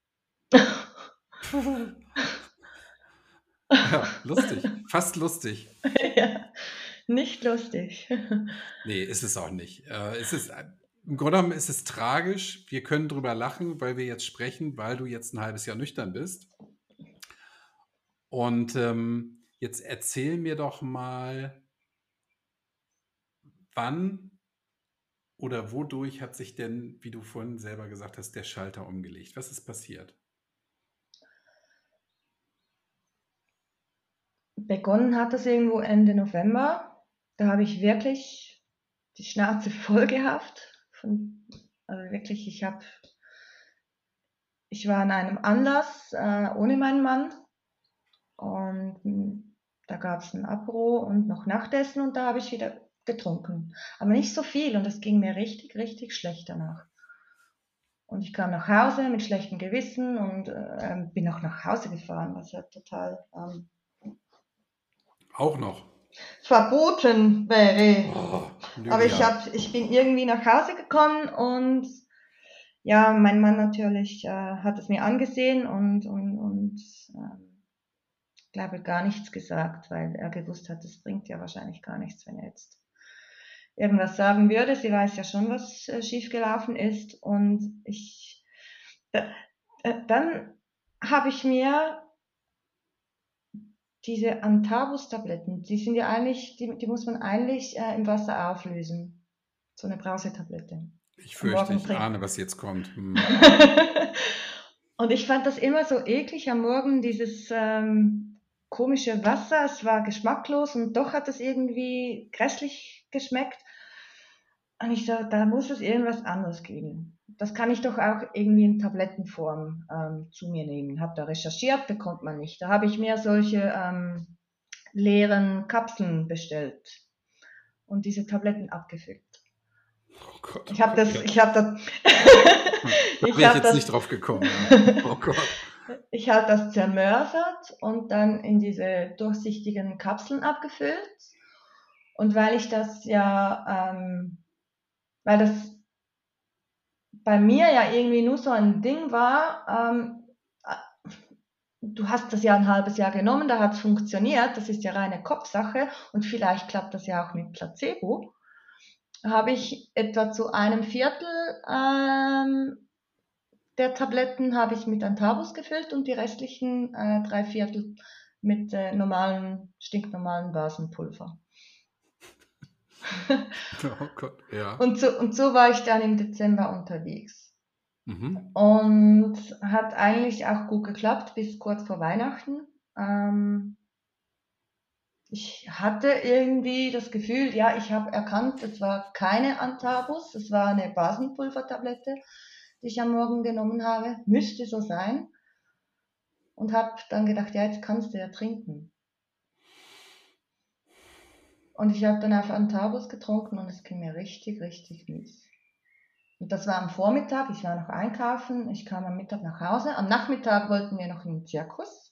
Ja, lustig, fast lustig. Ja, nicht lustig. Nee, ist es auch nicht. Im Grunde genommen ist es tragisch. Wir können drüber lachen, weil wir jetzt sprechen, weil du jetzt ein halbes Jahr nüchtern bist. Und jetzt erzähl mir doch mal, wann oder wodurch hat sich denn, wie du vorhin selber gesagt hast, der Schalter umgelegt? Was ist passiert? Begonnen hat das irgendwo Ende November. Da habe ich wirklich die Schnauze voll gehabt. Also wirklich, ich war an einem Anlass ohne meinen Mann und da gab es ein Apero und noch Nachtessen und da habe ich wieder getrunken. Aber nicht so viel und es ging mir richtig, richtig schlecht danach. Und ich kam nach Hause mit schlechtem Gewissen und bin auch nach Hause gefahren, was ja total Auch noch. verboten wäre. Oh, Aber ich bin irgendwie nach Hause gekommen und ja, mein Mann natürlich hat es mir angesehen und glaube gar nichts gesagt, weil er gewusst hat, es bringt ja wahrscheinlich gar nichts, wenn er jetzt irgendwas sagen würde. Sie weiß ja schon, was schiefgelaufen ist und dann habe ich mir diese Antabus-Tabletten, die sind ja eigentlich, die muss man eigentlich im Wasser auflösen. So eine Brausetablette. Ich fürchte, ich ahne, was jetzt kommt. Und ich fand das immer so eklig am Morgen, dieses komische Wasser, es war geschmacklos und doch hat es irgendwie grässlich geschmeckt. Und ich so, da muss es irgendwas anderes geben. Das kann ich doch auch irgendwie in Tablettenform zu mir nehmen. Habe da recherchiert, bekommt man nicht. Da habe ich mir solche leeren Kapseln bestellt und diese Tabletten abgefüllt. Oh Gott, Ich oh habe Gott, das, ja. ich habe das, Da ich wäre ich habe jetzt das, nicht drauf gekommen, ja. Oh Gott. ich habe das zermörsert und dann in diese durchsichtigen Kapseln abgefüllt. Und weil ich das ja, weil das bei mir ja irgendwie nur so ein Ding war, du hast das ja ein halbes Jahr genommen, da hat es funktioniert, das ist ja reine Kopfsache und vielleicht klappt das ja auch mit Placebo, habe ich etwa zu einem Viertel der Tabletten habe ich mit Antabus gefüllt und die restlichen drei Viertel mit stinknormalen Basenpulver. Oh Gott, ja. Und so war ich dann im Dezember unterwegs. Mhm. Und hat eigentlich auch gut geklappt bis kurz vor Weihnachten. Ich hatte irgendwie das Gefühl, ja, ich habe erkannt, es war keine Antabus, es war eine Basenpulvertablette, die ich am Morgen genommen habe. Müsste so sein. Und habe dann gedacht, ja, jetzt kannst du ja trinken. Und ich habe dann einfach Antabus getrunken und es ging mir richtig, richtig mies. Und das war am Vormittag, ich war noch einkaufen, ich kam am Mittag nach Hause. Am Nachmittag wollten wir noch in den Zirkus.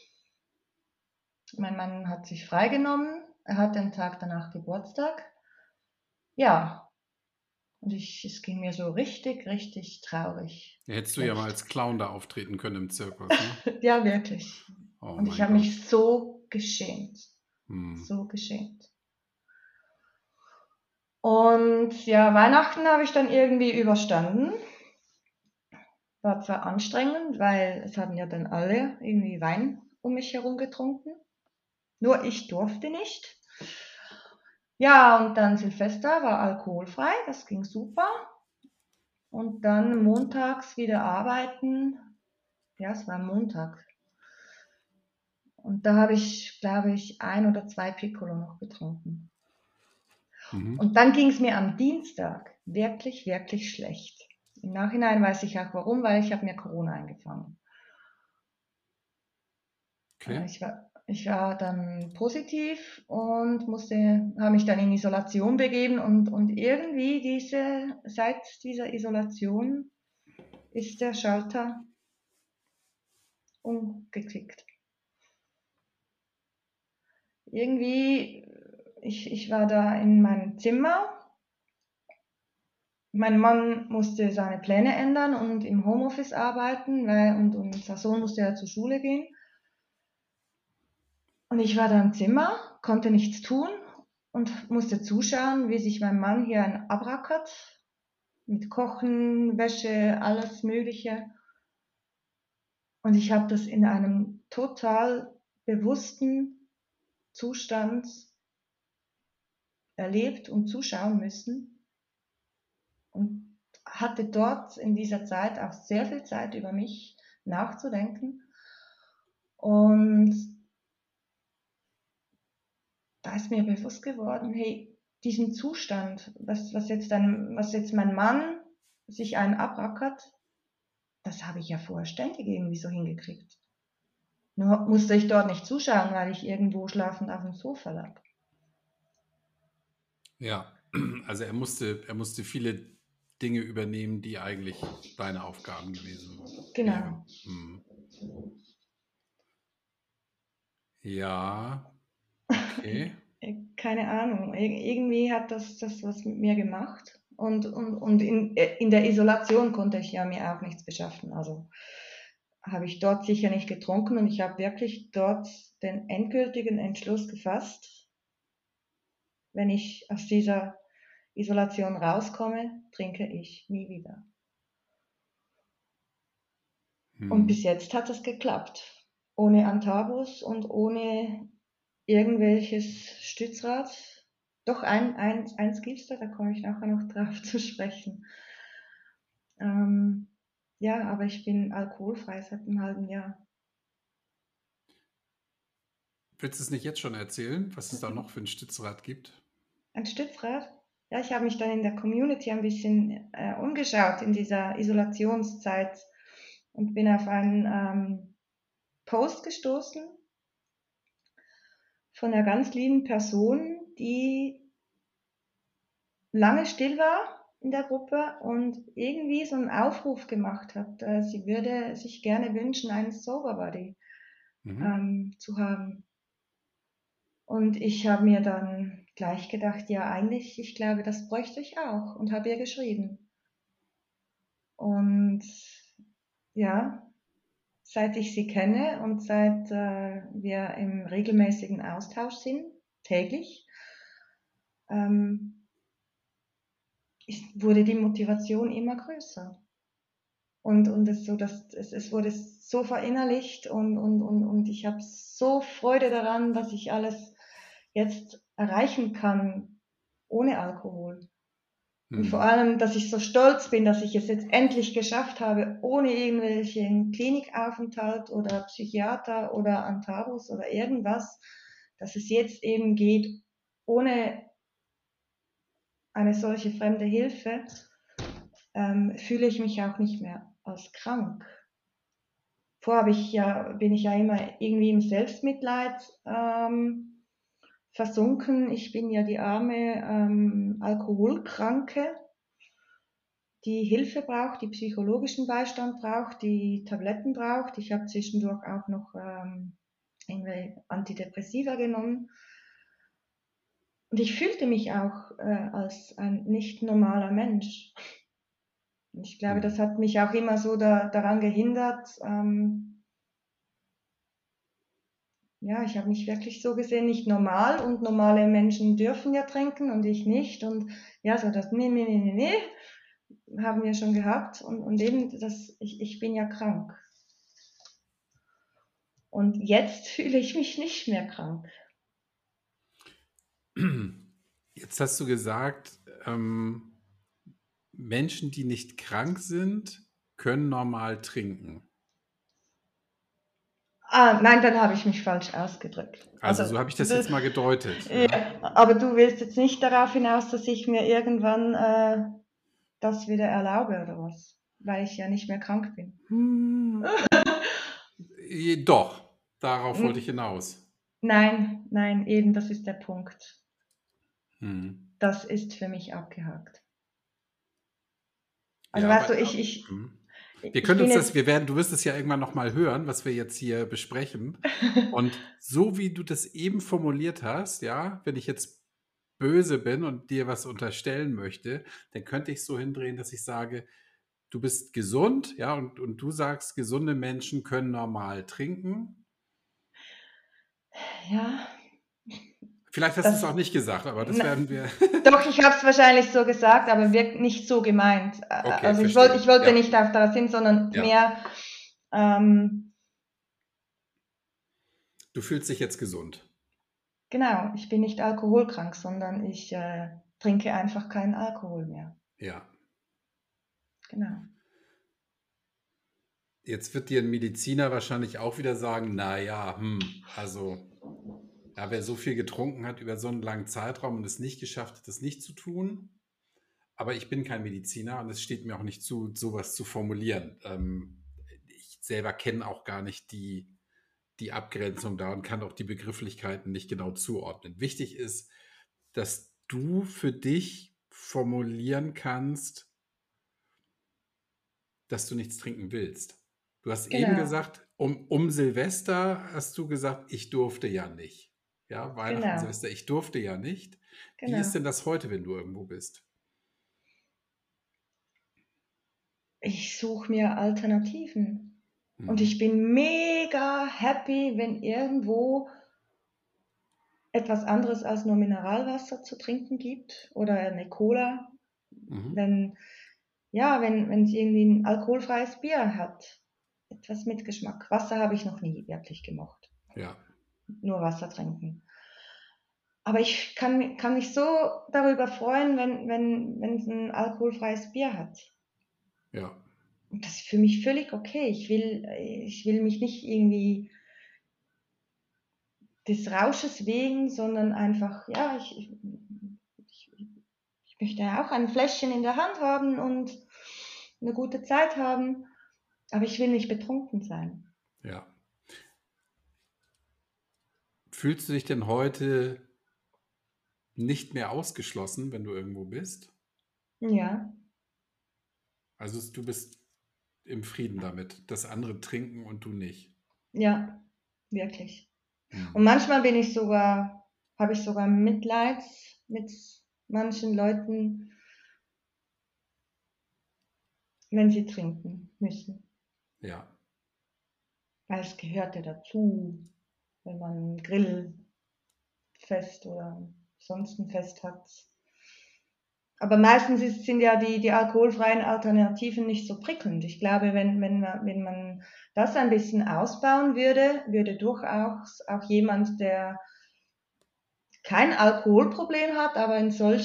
Mein Mann hat sich freigenommen, er hatte am Tag danach Geburtstag. Ja, und es ging mir so richtig, richtig traurig Ja, hättest du ja mal schlecht. als Clown da auftreten können im Zirkus, ne? Ja, wirklich. Oh Und ich mein habe Gott. mich so geschämt. Hm. So geschämt. Und ja, Weihnachten habe ich dann irgendwie überstanden. War zwar anstrengend, weil es haben ja dann alle irgendwie Wein um mich herum getrunken. Nur ich durfte nicht. Ja, und dann Silvester war alkoholfrei, das ging super. Und dann montags wieder arbeiten. Ja, es war Montag. Und da habe ich, glaube ich, ein oder zwei Piccolo noch getrunken. Mhm. Und dann ging es mir am Dienstag wirklich, wirklich schlecht. Im Nachhinein weiß ich auch warum, weil ich habe mir Corona eingefangen. Okay. Ich war dann positiv und habe mich dann in Isolation begeben und irgendwie seit dieser Isolation ist der Schalter umgeklickt. Irgendwie, ich war da in meinem Zimmer. Mein Mann musste seine Pläne ändern und im Homeoffice arbeiten, und unser Sohn musste ja zur Schule gehen. Und ich war da im Zimmer, konnte nichts tun und musste zuschauen, wie sich mein Mann hier abrackert mit Kochen, Wäsche, alles Mögliche. Und ich habe das in einem total bewussten Zustand erlebt und zuschauen müssen und hatte dort in dieser Zeit auch sehr viel Zeit über mich nachzudenken. Und da ist mir bewusst geworden, hey, diesen Zustand, was jetzt mein Mann sich einen abrackert, das habe ich ja vorher ständig irgendwie so hingekriegt. Nur musste ich dort nicht zuschauen, weil ich irgendwo schlafend auf dem Sofa lag. Ja, also er musste viele Dinge übernehmen, die eigentlich deine Aufgaben gewesen wären. Genau. Hm. Ja, okay. Keine Ahnung. Irgendwie hat das was mit mir gemacht. Und in der Isolation konnte ich ja mir auch nichts beschaffen. Also habe ich dort sicher nicht getrunken und ich habe wirklich dort den endgültigen Entschluss gefasst, wenn ich aus dieser Isolation rauskomme, trinke ich nie wieder. Und Hm. bis jetzt hat es geklappt. Ohne Antabus und ohne irgendwelches Stützrad. Doch, eins gibt's da komme ich nachher noch drauf zu sprechen. Ähm, ja, aber ich bin alkoholfrei seit einem halben Jahr. Willst du es nicht jetzt schon erzählen, was es da noch für ein Stützrad gibt? Ein Stützrad? Ja, ich habe mich dann in der Community ein bisschen umgeschaut in dieser Isolationszeit und bin auf einen Post gestoßen von einer ganz lieben Person, die lange still war in der Gruppe und irgendwie so einen Aufruf gemacht hat. Sie würde sich gerne wünschen, einen Sober Buddy Mhm. zu haben. Und ich habe mir dann gleich gedacht, ja, eigentlich, ich glaube, das bräuchte ich auch und habe ihr geschrieben. Und ja, seit ich sie kenne und seit wir im regelmäßigen Austausch sind, täglich, ähm, wurde die Motivation immer größer. Und es wurde so verinnerlicht und ich habe so Freude daran, was ich alles jetzt erreichen kann ohne Alkohol. Und vor Mhm. allem, dass ich so stolz bin, dass ich es jetzt endlich geschafft habe, ohne irgendwelchen Klinikaufenthalt oder Psychiater oder Antabus oder irgendwas, dass es jetzt eben geht, ohne eine solche fremde Hilfe, fühle ich mich auch nicht mehr als krank. Vorher bin ich ja immer irgendwie im Selbstmitleid versunken. Ich bin ja die arme Alkoholkranke, die Hilfe braucht, die psychologischen Beistand braucht, die Tabletten braucht. Ich habe zwischendurch auch noch irgendwie Antidepressiva genommen. Und ich fühlte mich auch als ein nicht normaler Mensch. Und ich glaube, das Mhm. hat mich auch immer so daran gehindert. Ja, ich habe mich wirklich so gesehen nicht normal und normale Menschen dürfen ja trinken und ich nicht. Und ja, so das nee, haben wir schon gehabt. Und eben ich bin ja krank. Und jetzt fühle ich mich nicht mehr krank. Jetzt hast du gesagt, Menschen, die nicht krank sind, können normal trinken. Ah, nein, dann habe ich mich falsch ausgedrückt. Also so habe ich das jetzt mal gedeutet. Ja, Ja. aber du willst jetzt nicht darauf hinaus, dass ich mir irgendwann das wieder erlaube oder was? Weil ich ja nicht mehr krank bin. Hm. Doch, darauf wollte ich hinaus. Nein, eben, das ist der Punkt. Hm. Das ist für mich abgehakt. Also Ja, weißt weil, du, hm. Wir ich können bin uns das, jetzt, du wirst es ja irgendwann noch mal hören, was wir jetzt hier besprechen. Und so wie du das eben formuliert hast, ja, wenn ich jetzt böse bin und dir was unterstellen möchte, dann könnte ich so hindrehen, dass ich sage, du bist gesund, ja, und du sagst, gesunde Menschen können normal trinken. ja, Vielleicht hast du es auch das, nicht gesagt, aber das na, werden wir. doch, ich habe es wahrscheinlich so gesagt, aber wirkt nicht so gemeint. Okay, Also verstehe. ich wollte Ja, nicht auf das hin, sondern ja. mehr, ähm, Du fühlst dich jetzt gesund. genau, ich bin nicht alkoholkrank, sondern ich trinke einfach keinen Alkohol mehr. Ja. Genau. Jetzt wird dir ein Mediziner wahrscheinlich auch wieder sagen, na ja, also, ja, wer so viel getrunken hat über so einen langen Zeitraum und es nicht geschafft hat, das nicht zu tun. Aber ich bin kein Mediziner und es steht mir auch nicht zu, sowas zu formulieren. Ich selber kenne auch gar nicht die Abgrenzung da und kann auch die Begrifflichkeiten nicht genau zuordnen. Wichtig ist, dass du für dich formulieren kannst, dass du nichts trinken willst. Du hast eben Genau, gesagt, um Silvester hast du gesagt, ich durfte ja nicht. Ja, Weihnachten, genau, Silvester, ich durfte ja nicht. Wie ist genau. denn das heute, wenn du irgendwo bist? Ich suche mir Alternativen. Und Mhm. ich bin mega happy, wenn irgendwo etwas anderes als nur Mineralwasser zu trinken gibt oder eine Cola. Mhm. Wenn, ja, wenn es irgendwie ein alkoholfreies Bier hat. Etwas mit Geschmack. Wasser habe ich noch nie wirklich gemocht. Ja, Nur Wasser trinken. Aber ich kann mich so darüber freuen, wenn es ein alkoholfreies Bier hat. ja. Und das ist für mich völlig okay. Ich will mich nicht irgendwie des Rausches wegen, sondern einfach, ja, ich möchte ja auch ein Fläschchen in der Hand haben und eine gute Zeit haben, aber ich will nicht betrunken sein. Ja. Fühlst du dich denn heute nicht mehr ausgeschlossen, wenn du irgendwo bist? Ja, Also du bist im Frieden damit, dass andere trinken und du nicht. ja, wirklich. Und Hm. manchmal habe ich sogar Mitleid mit manchen Leuten, wenn sie trinken müssen. Ja, Weil es gehört ja dazu, wenn man ein Grillfest oder sonst ein Fest hat. Aber meistens sind ja die alkoholfreien Alternativen nicht so prickelnd. Ich glaube, wenn man das ein bisschen ausbauen würde, würde durchaus auch jemand, der kein Alkoholproblem hat, aber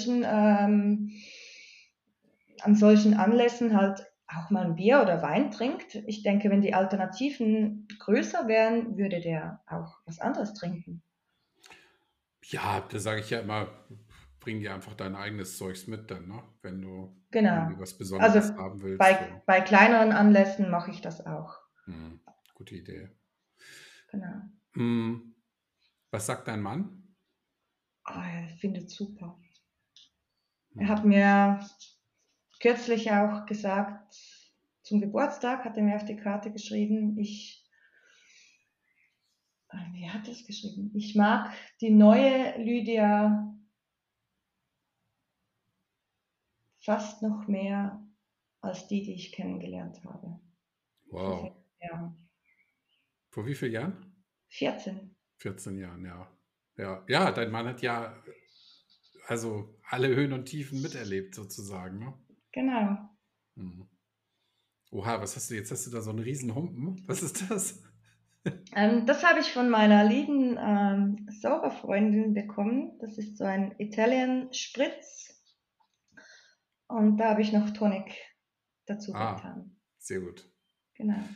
an solchen Anlässen halt auch mal ein Bier oder Wein trinkt. Ich denke, wenn die Alternativen größer wären, würde der auch was anderes trinken. ja, da sage ich ja immer, bring dir einfach dein eigenes Zeugs mit dann, ne? Wenn du Genau. irgendwie was Also Besonderes haben willst. So. bei kleineren Anlässen mache ich das auch. Hm, gute Idee. Genau. Hm, was sagt dein Mann? Er findet super. Er Hm. hat mir kürzlich auch gesagt, zum Geburtstag hat er mir auf die Karte geschrieben, wie hat er es geschrieben? Ich mag die neue Lydia fast noch mehr als die ich kennengelernt habe. Vor Wow. 14 Jahren. Vor wie vielen Jahren? 14. 14 Jahren, ja. Ja, ja, dein Mann hat ja also alle Höhen und Tiefen miterlebt sozusagen, ne? Genau. Mhm. Oha, was hast du jetzt? Hast du da so einen riesen Humpen? Was ist das? Das habe ich von meiner lieben Sauberfreundin bekommen. Das ist so ein Italian Spritz. Und da habe ich noch Tonic dazu Ah, getan. sehr gut. Genau.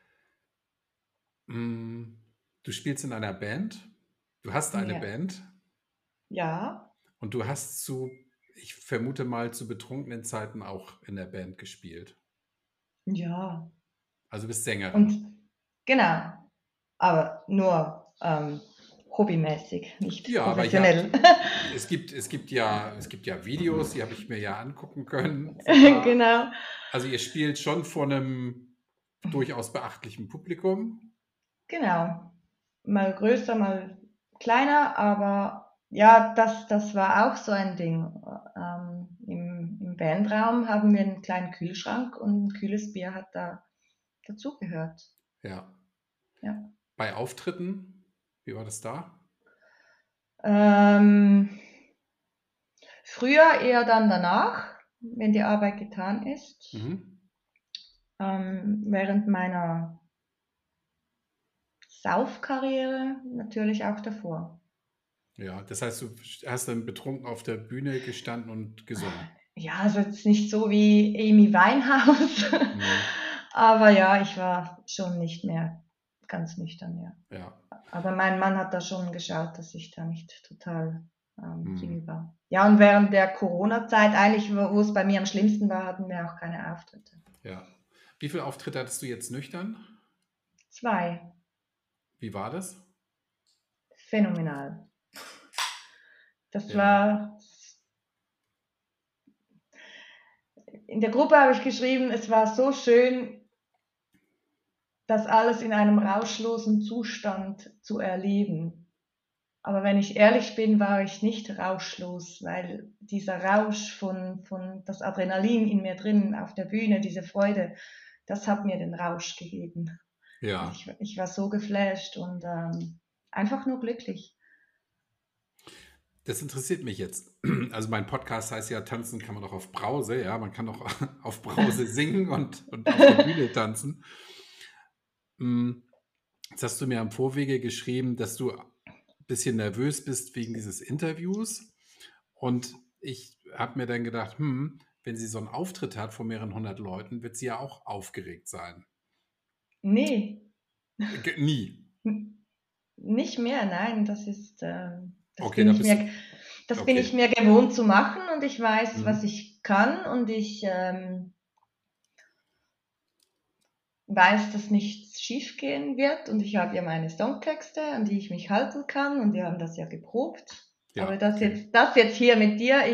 Mm, du spielst in einer Band. Du hast eine Ja. Band Ja. und du hast ich vermute mal, zu betrunkenen Zeiten auch in der Band gespielt. Ja. Also bist Sängerin. Und genau. Aber nur hobbymäßig, nicht Ja, aber professionell. es gibt ja Videos, die habe ich mir ja angucken können sogar. Genau. Also ihr spielt schon vor einem durchaus beachtlichen Publikum. Genau. Mal größer, mal kleiner, aber ja, das war auch so ein Ding. Im Bandraum haben wir einen kleinen Kühlschrank und ein kühles Bier hat da dazugehört. Ja. Ja. Bei Auftritten, wie war das da? Ähm, früher eher dann danach, wenn die Arbeit getan ist. Mhm. Während meiner Saufkarriere natürlich auch davor. Ja, das heißt, du hast dann betrunken auf der Bühne gestanden und gesungen. Ja, also jetzt nicht so wie Amy Winehouse, Mhm. aber ja, ich war schon nicht mehr ganz nüchtern, ja. Ja. Aber mein Mann hat da schon geschaut, dass ich da nicht total Mhm. hinüber. Ja, und während der Corona-Zeit, eigentlich, wo es bei mir am schlimmsten war, hatten wir auch keine Auftritte. Ja. Wie viele Auftritte hattest du jetzt nüchtern? 2, Wie war das? phänomenal. Das Ja. war, in der Gruppe habe ich geschrieben, es war so schön, das alles in einem rauschlosen Zustand zu erleben. Aber wenn ich ehrlich bin, war ich nicht rauschlos, weil dieser Rausch von das Adrenalin in mir drin auf der Bühne, diese Freude, das hat mir den Rausch gegeben. Also Ja. ich war so geflasht und einfach nur glücklich. Das interessiert mich jetzt. Also mein Podcast heißt ja, tanzen kann man doch auf Brause. Ja, man kann doch auf Brause singen und auf der Bühne tanzen. Mm, Jetzt hast du mir am Vorwege geschrieben, dass du ein bisschen nervös bist wegen dieses Interviews. Und ich habe mir dann gedacht, wenn sie so einen Auftritt hat vor mehreren hundert Leuten, wird sie ja auch aufgeregt sein. Nee, Nie. Nicht mehr, nein, das Okay, bin da ich bist du. mir, das bin ich Okay. mir gewohnt zu machen und ich weiß, was Mhm. ich kann und ich weiß, dass nichts schiefgehen wird und ich habe ja meine Songtexte, an die ich mich halten kann und wir haben das ja geprobt. Aber Ja, okay. das jetzt hier mit dir,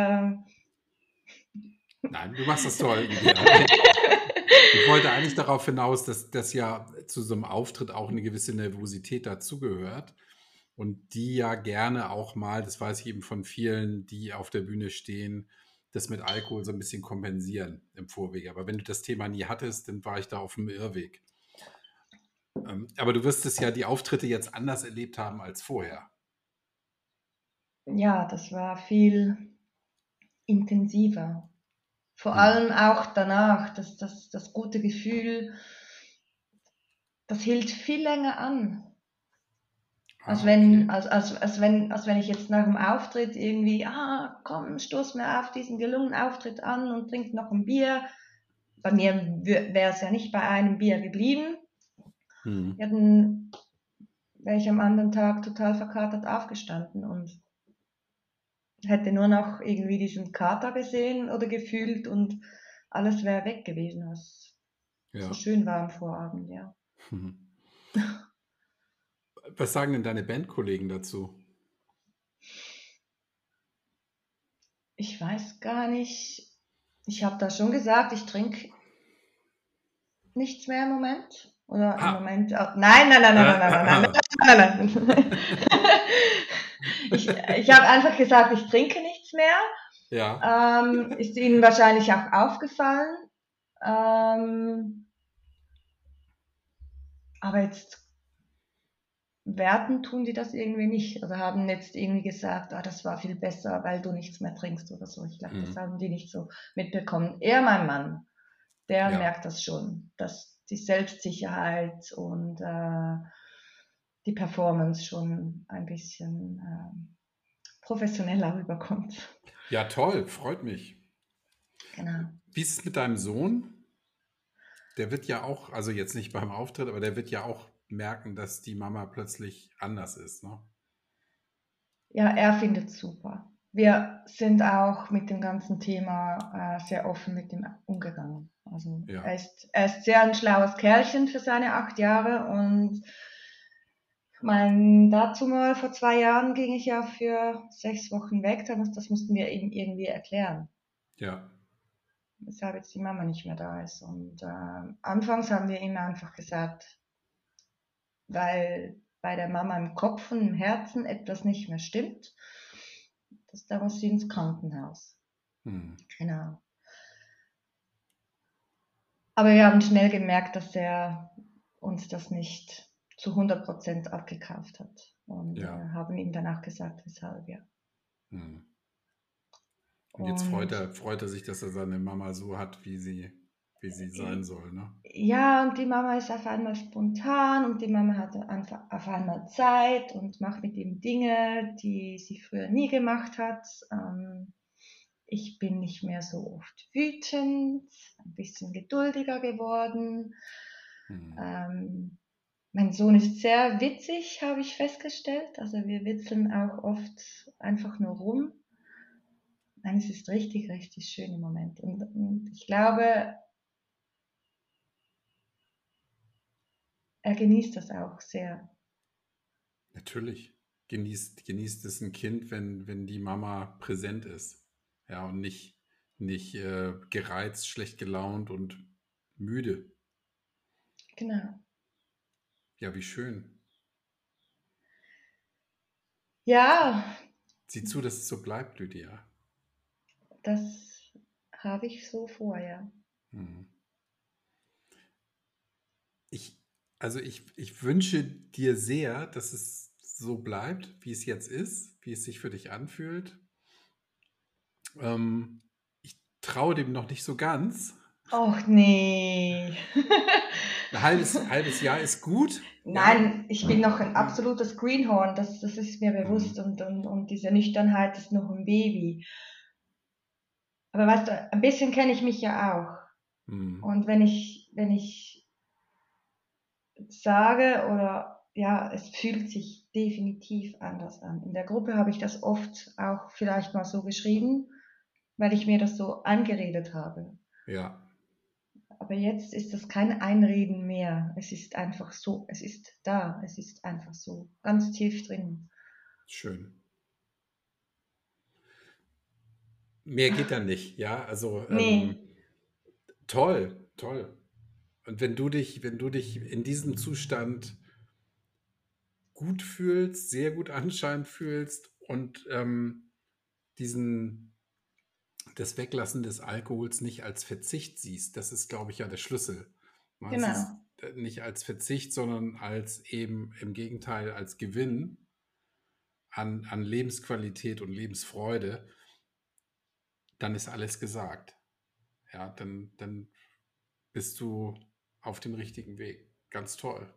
Nein, du machst das toll, Lydia. Ich wollte eigentlich darauf hinaus, dass das ja zu so einem Auftritt auch eine gewisse Nervosität dazugehört und die ja gerne auch mal, das weiß ich eben von vielen, die auf der Bühne stehen, das mit Alkohol so ein bisschen kompensieren im Vorwege. Aber wenn du das Thema nie hattest, dann war ich da auf dem Irrweg. Aber du wirst es ja die Auftritte jetzt anders erlebt haben als vorher. ja, das war viel intensiver. Vor Mhm. allem auch danach, das gute Gefühl, das hielt viel länger an. Ah, okay. Als wenn ich jetzt nach dem Auftritt irgendwie, komm, stoß mir auf diesen gelungenen Auftritt an und trink noch ein Bier. Bei mir wäre es ja nicht bei einem Bier geblieben. Mhm. Ja, dann wäre ich am anderen Tag total verkatert aufgestanden und hätte nur noch irgendwie diesen Kater gesehen oder gefühlt und alles wäre weg gewesen, was so Ja. schön war am Vorabend, ja. Mhm. Was sagen denn deine Bandkollegen dazu? Ich weiß gar nicht, ich habe da schon gesagt, ich trinke nichts mehr im Moment. Oder im Ah. Moment. Nein, nein, nein, nein, nein, nein, nein, nein, nein, nein, nein. Ich habe einfach gesagt, ich trinke nichts mehr. Ja. Ist Ihnen wahrscheinlich auch aufgefallen. Ähm, aber jetzt werten tun die das irgendwie nicht. Oder haben jetzt irgendwie gesagt, das war viel besser, weil du nichts mehr trinkst oder so. Ich glaube, das Mhm. haben die nicht so mitbekommen. Eher mein Mann, der Ja. merkt das schon, dass die Selbstsicherheit und die Performance schon ein bisschen professioneller rüberkommt. Ja, toll, freut mich. Genau. Wie ist es mit deinem Sohn? Der wird ja auch, also jetzt nicht beim Auftritt, aber der wird ja auch merken, dass die Mama plötzlich anders ist, ne? Ja, er findet es super. Wir sind auch mit dem ganzen Thema sehr offen mit ihm umgegangen. Also Ja, er ist sehr ein schlaues Kerlchen für seine 8 Jahre und dazu mal vor 2 Jahren ging ich ja für 6 Wochen weg, das mussten wir ihm irgendwie erklären, ja, weshalb jetzt die Mama nicht mehr da ist. Und anfangs haben wir ihm einfach gesagt, weil bei der Mama im Kopf und im Herzen etwas nicht mehr stimmt, da muss sie ins Krankenhaus. hm, Genau. Aber wir haben schnell gemerkt, dass er uns das nicht zu 100% abgekauft hat und ja. haben ihm danach gesagt, weshalb, ja. Hm. Und jetzt Und freut er sich, dass er seine Mama so hat, wie sie sein soll, ne? ja, und die Mama ist auf einmal spontan und die Mama hat einfach auf einmal Zeit und macht mit ihm Dinge, die sie früher nie gemacht hat. Ich bin nicht mehr so oft wütend, ein bisschen geduldiger geworden. Hm. Ähm, Mein Sohn ist sehr witzig, habe ich festgestellt. Also wir witzeln auch oft einfach nur rum. Nein, es ist richtig, richtig schön im Moment. Und ich glaube, er genießt das auch sehr. Natürlich. Genießt es ein Kind, wenn die Mama präsent ist. Ja, und nicht gereizt, schlecht gelaunt und müde. Genau. Ja, wie schön. Ja, Sieh zu, dass es so bleibt, Lydia. das habe ich so vor, ja. Hm. Ich, ich wünsche dir sehr, dass es so bleibt, wie es jetzt ist, wie es sich für dich anfühlt. Ich traue dem noch nicht so ganz. Och nee. Ein halbes Jahr ist gut, ja. Nein, ich bin noch ein absolutes Greenhorn, das ist mir Hm, bewusst und diese Nüchternheit ist noch ein Baby. Aber weißt du, ein bisschen kenne ich mich ja auch. hm, Und wenn ich sage oder ja, es fühlt sich definitiv anders an. In der Gruppe habe ich das oft auch vielleicht mal so geschrieben, weil ich mir das so eingeredet habe. Ja, Aber jetzt ist das kein Einreden mehr. Es ist einfach so. Es ist da. Es ist einfach so. Ganz tief drin. schön. Mehr geht da nicht, ja. Also Nee, toll, toll. Und wenn du dich in diesem Zustand gut fühlst, sehr gut anscheinend fühlst und diesen, das Weglassen des Alkohols nicht als Verzicht siehst, das ist, glaube ich, ja der Schlüssel. Ja, es ist genau. nicht als Verzicht, sondern als eben im Gegenteil als Gewinn an Lebensqualität und Lebensfreude, dann ist alles gesagt. Ja, dann bist du auf dem richtigen Weg. Ganz toll.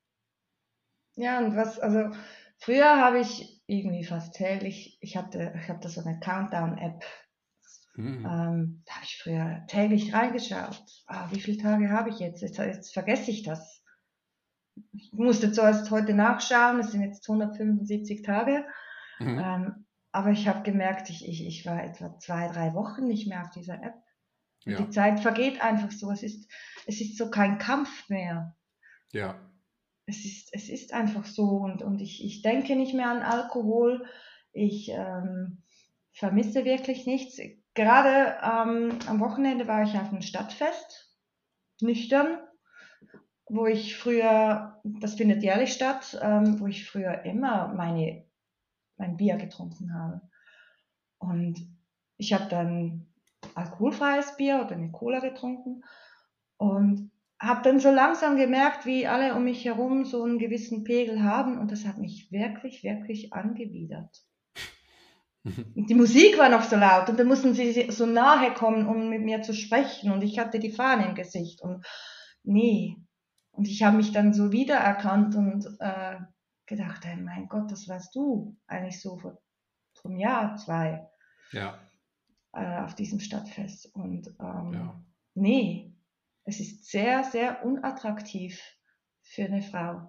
Ja, und also früher habe ich irgendwie fast täglich, ich habe da so eine Countdown-App, Mhm. da habe ich früher täglich reingeschaut. Ah, wie viele Tage habe ich jetzt? Jetzt vergesse ich das. Ich musste zuerst heute nachschauen, es sind jetzt 175 Tage. Mhm. Aber ich habe gemerkt, ich war etwa 2, 3 Wochen nicht mehr auf dieser App. Und die Ja, Zeit vergeht einfach so. Es ist so kein Kampf mehr. ja, Es ist einfach so. Und ich denke nicht mehr an Alkohol. Ich vermisse wirklich nichts. Gerade am Wochenende war ich auf einem Stadtfest, nüchtern, wo ich früher, das findet jährlich statt, wo ich früher immer mein Bier getrunken habe. Und ich habe dann alkoholfreies Bier oder eine Cola getrunken und habe dann so langsam gemerkt, wie alle um mich herum so einen gewissen Pegel haben und das hat mich wirklich, wirklich angewidert. Und die Musik war noch so laut und dann mussten sie so nahe kommen, um mit mir zu sprechen und ich hatte die Fahne im Gesicht und nee. Und ich habe mich dann so wiedererkannt und gedacht, hey, mein Gott, das warst du eigentlich so vom Jahr 2 ja, auf diesem Stadtfest. Und ja. nee, es ist sehr, sehr unattraktiv für eine Frau,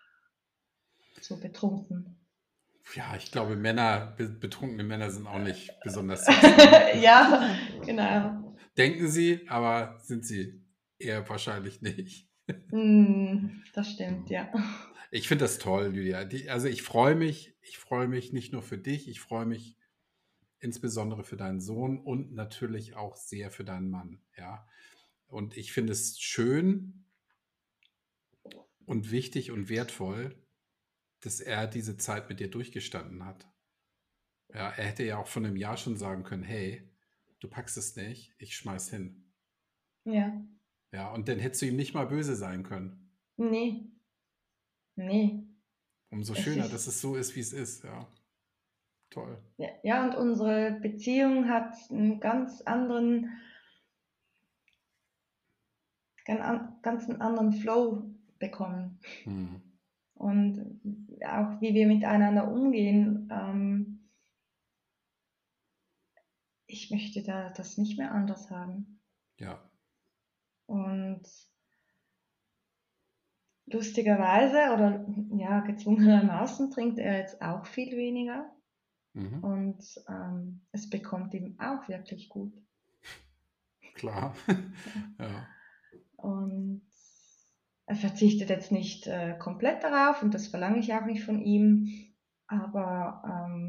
so betrunken. Ja, ich glaube, betrunkene Männer sind auch nicht besonders sexy, ne? Ja, genau. Denken sie, aber sind sie eher wahrscheinlich nicht. Das stimmt, ja. Ich finde das toll, Lydia. Also ich freue mich nicht nur für dich, ich freue mich insbesondere für deinen Sohn und natürlich auch sehr für deinen Mann, ja. Und ich finde es schön und wichtig und wertvoll, dass er diese Zeit mit dir durchgestanden hat. Ja, er hätte ja auch vor einem Jahr schon sagen können, hey, du packst es nicht, ich schmeiß hin. Ja, Ja, und dann hättest du ihm nicht mal böse sein können. nee, nee. Umso Es schöner, dass ist, es so ist, wie es ist. Ja, toll. ja, ja, und unsere Beziehung hat einen ganz einen anderen Flow bekommen. Hm. Und auch wie wir miteinander umgehen, ich möchte das nicht mehr anders haben. Ja. Und lustigerweise oder ja, gezwungenermaßen trinkt er jetzt auch viel weniger Mhm. und es bekommt ihm auch wirklich gut. Klar. Ja. Und er verzichtet jetzt nicht komplett darauf und das verlange ich auch nicht von ihm, aber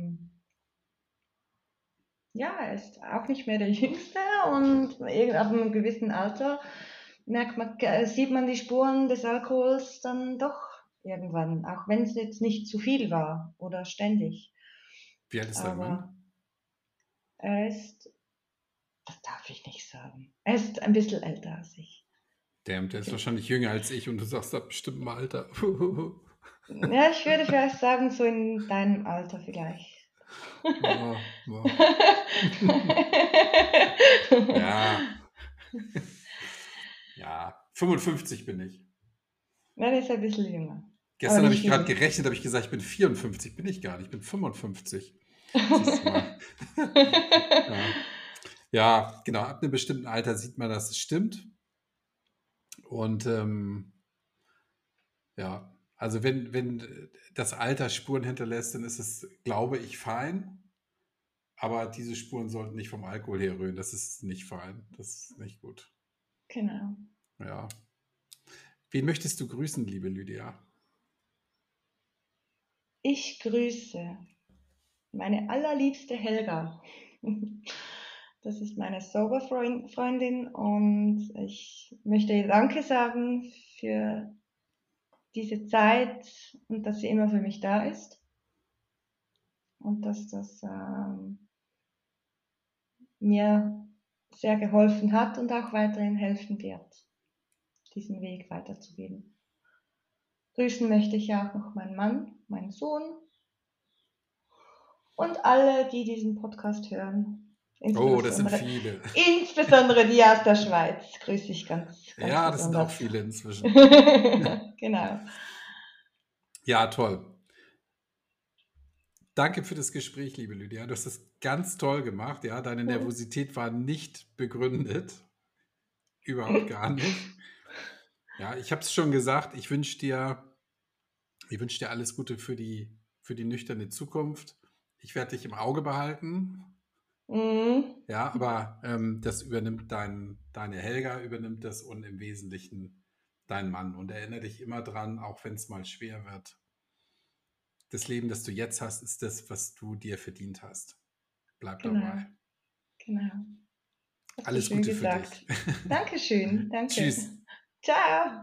ja, er ist auch nicht mehr der Jüngste und ab einem gewissen Alter sieht man die Spuren des Alkohols dann doch irgendwann, auch wenn es jetzt nicht zu viel war oder ständig. Wie alt ist dein Aber Mann? er ist, das darf ich nicht sagen, er ist ein bisschen älter als ich. Der ist wahrscheinlich jünger als ich und du sagst ab bestimmtem Alter. Ja, ich würde vielleicht sagen, so in deinem Alter vielleicht. Ja, ja. Ja, ja. 55 bin ich. Nein, er ist ein bisschen jünger, aber Gestern habe nicht ich gerade viel. gerechnet, habe ich gesagt, ich bin 54. Bin ich gar nicht, ich bin 55. Siehst du mal. Ja. Ja, genau. Ab einem bestimmten Alter sieht man, dass es stimmt. Und ja, Also wenn das Alter Spuren hinterlässt, dann ist es, glaube ich, fein. Aber diese Spuren sollten nicht vom Alkohol herrühren. Das ist nicht fein. Das ist nicht gut. Genau. Ja. Wen möchtest du grüßen, liebe Lydia? Ich grüße meine allerliebste Helga. Das ist meine Sober-Freundin und ich möchte ihr Danke sagen für diese Zeit und dass sie immer für mich da ist und dass das mir sehr geholfen hat und auch weiterhin helfen wird, diesen Weg weiterzugehen. Grüßen möchte ich auch noch meinen Mann, meinen Sohn und alle, die diesen Podcast hören. Oh, das sind viele. Insbesondere die aus der Schweiz grüße ich ganz Ja, das sind auch besonders. viele inzwischen. Genau. Ja, toll. Danke für das Gespräch, liebe Lydia. Du hast das ganz toll gemacht. Ja, deine Nervosität war nicht begründet. Überhaupt gar nicht. Ja, ich habe es schon gesagt, ich wünsche dir alles Gute für die nüchterne Zukunft. Ich werde dich im Auge behalten. Ja, aber das übernimmt deine Helga, übernimmt das und im Wesentlichen dein Mann. Und erinnere dich immer dran, auch wenn es mal schwer wird. Das Leben, das du jetzt hast, ist das, was du dir verdient hast. Bleib dabei. Genau. Hast Alles du schön Gute gesagt. für dich. Dankeschön. Danke. Tschüss. Ciao.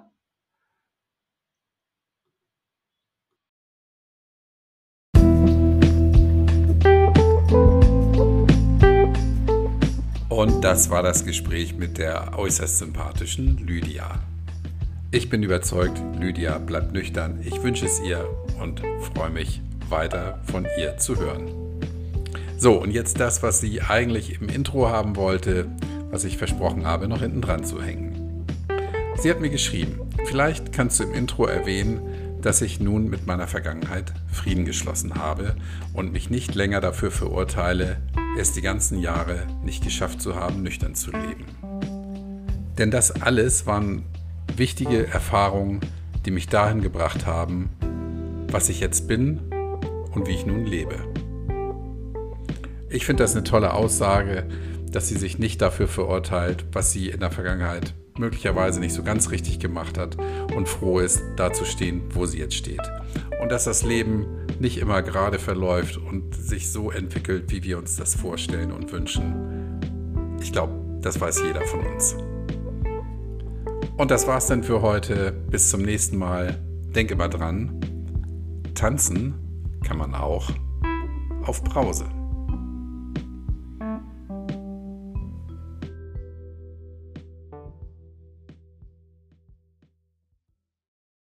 Und das war das Gespräch mit der äußerst sympathischen Lydia. Ich bin überzeugt, Lydia bleibt nüchtern. Ich wünsche es ihr und freue mich weiter von ihr zu hören. So, und jetzt das, was sie eigentlich im Intro haben wollte, was ich versprochen habe, noch hinten dran zu hängen. Sie hat mir geschrieben, vielleicht kannst du im Intro erwähnen, dass ich nun mit meiner Vergangenheit Frieden geschlossen habe und mich nicht länger dafür verurteile, es die ganzen Jahre nicht geschafft zu haben, nüchtern zu leben. Denn das alles waren wichtige Erfahrungen, die mich dahin gebracht haben, was ich jetzt bin und wie ich nun lebe. Ich finde das eine tolle Aussage, dass sie sich nicht dafür verurteilt, was sie in der Vergangenheit möglicherweise nicht so ganz richtig gemacht hat und froh ist, da zu stehen, wo sie jetzt steht. Und dass das Leben nicht immer gerade verläuft und sich so entwickelt, wie wir uns das vorstellen und wünschen. Ich glaube, das weiß jeder von uns. Und das war's dann für heute. Bis zum nächsten Mal. Denk immer dran, tanzen kann man auch auf Brause.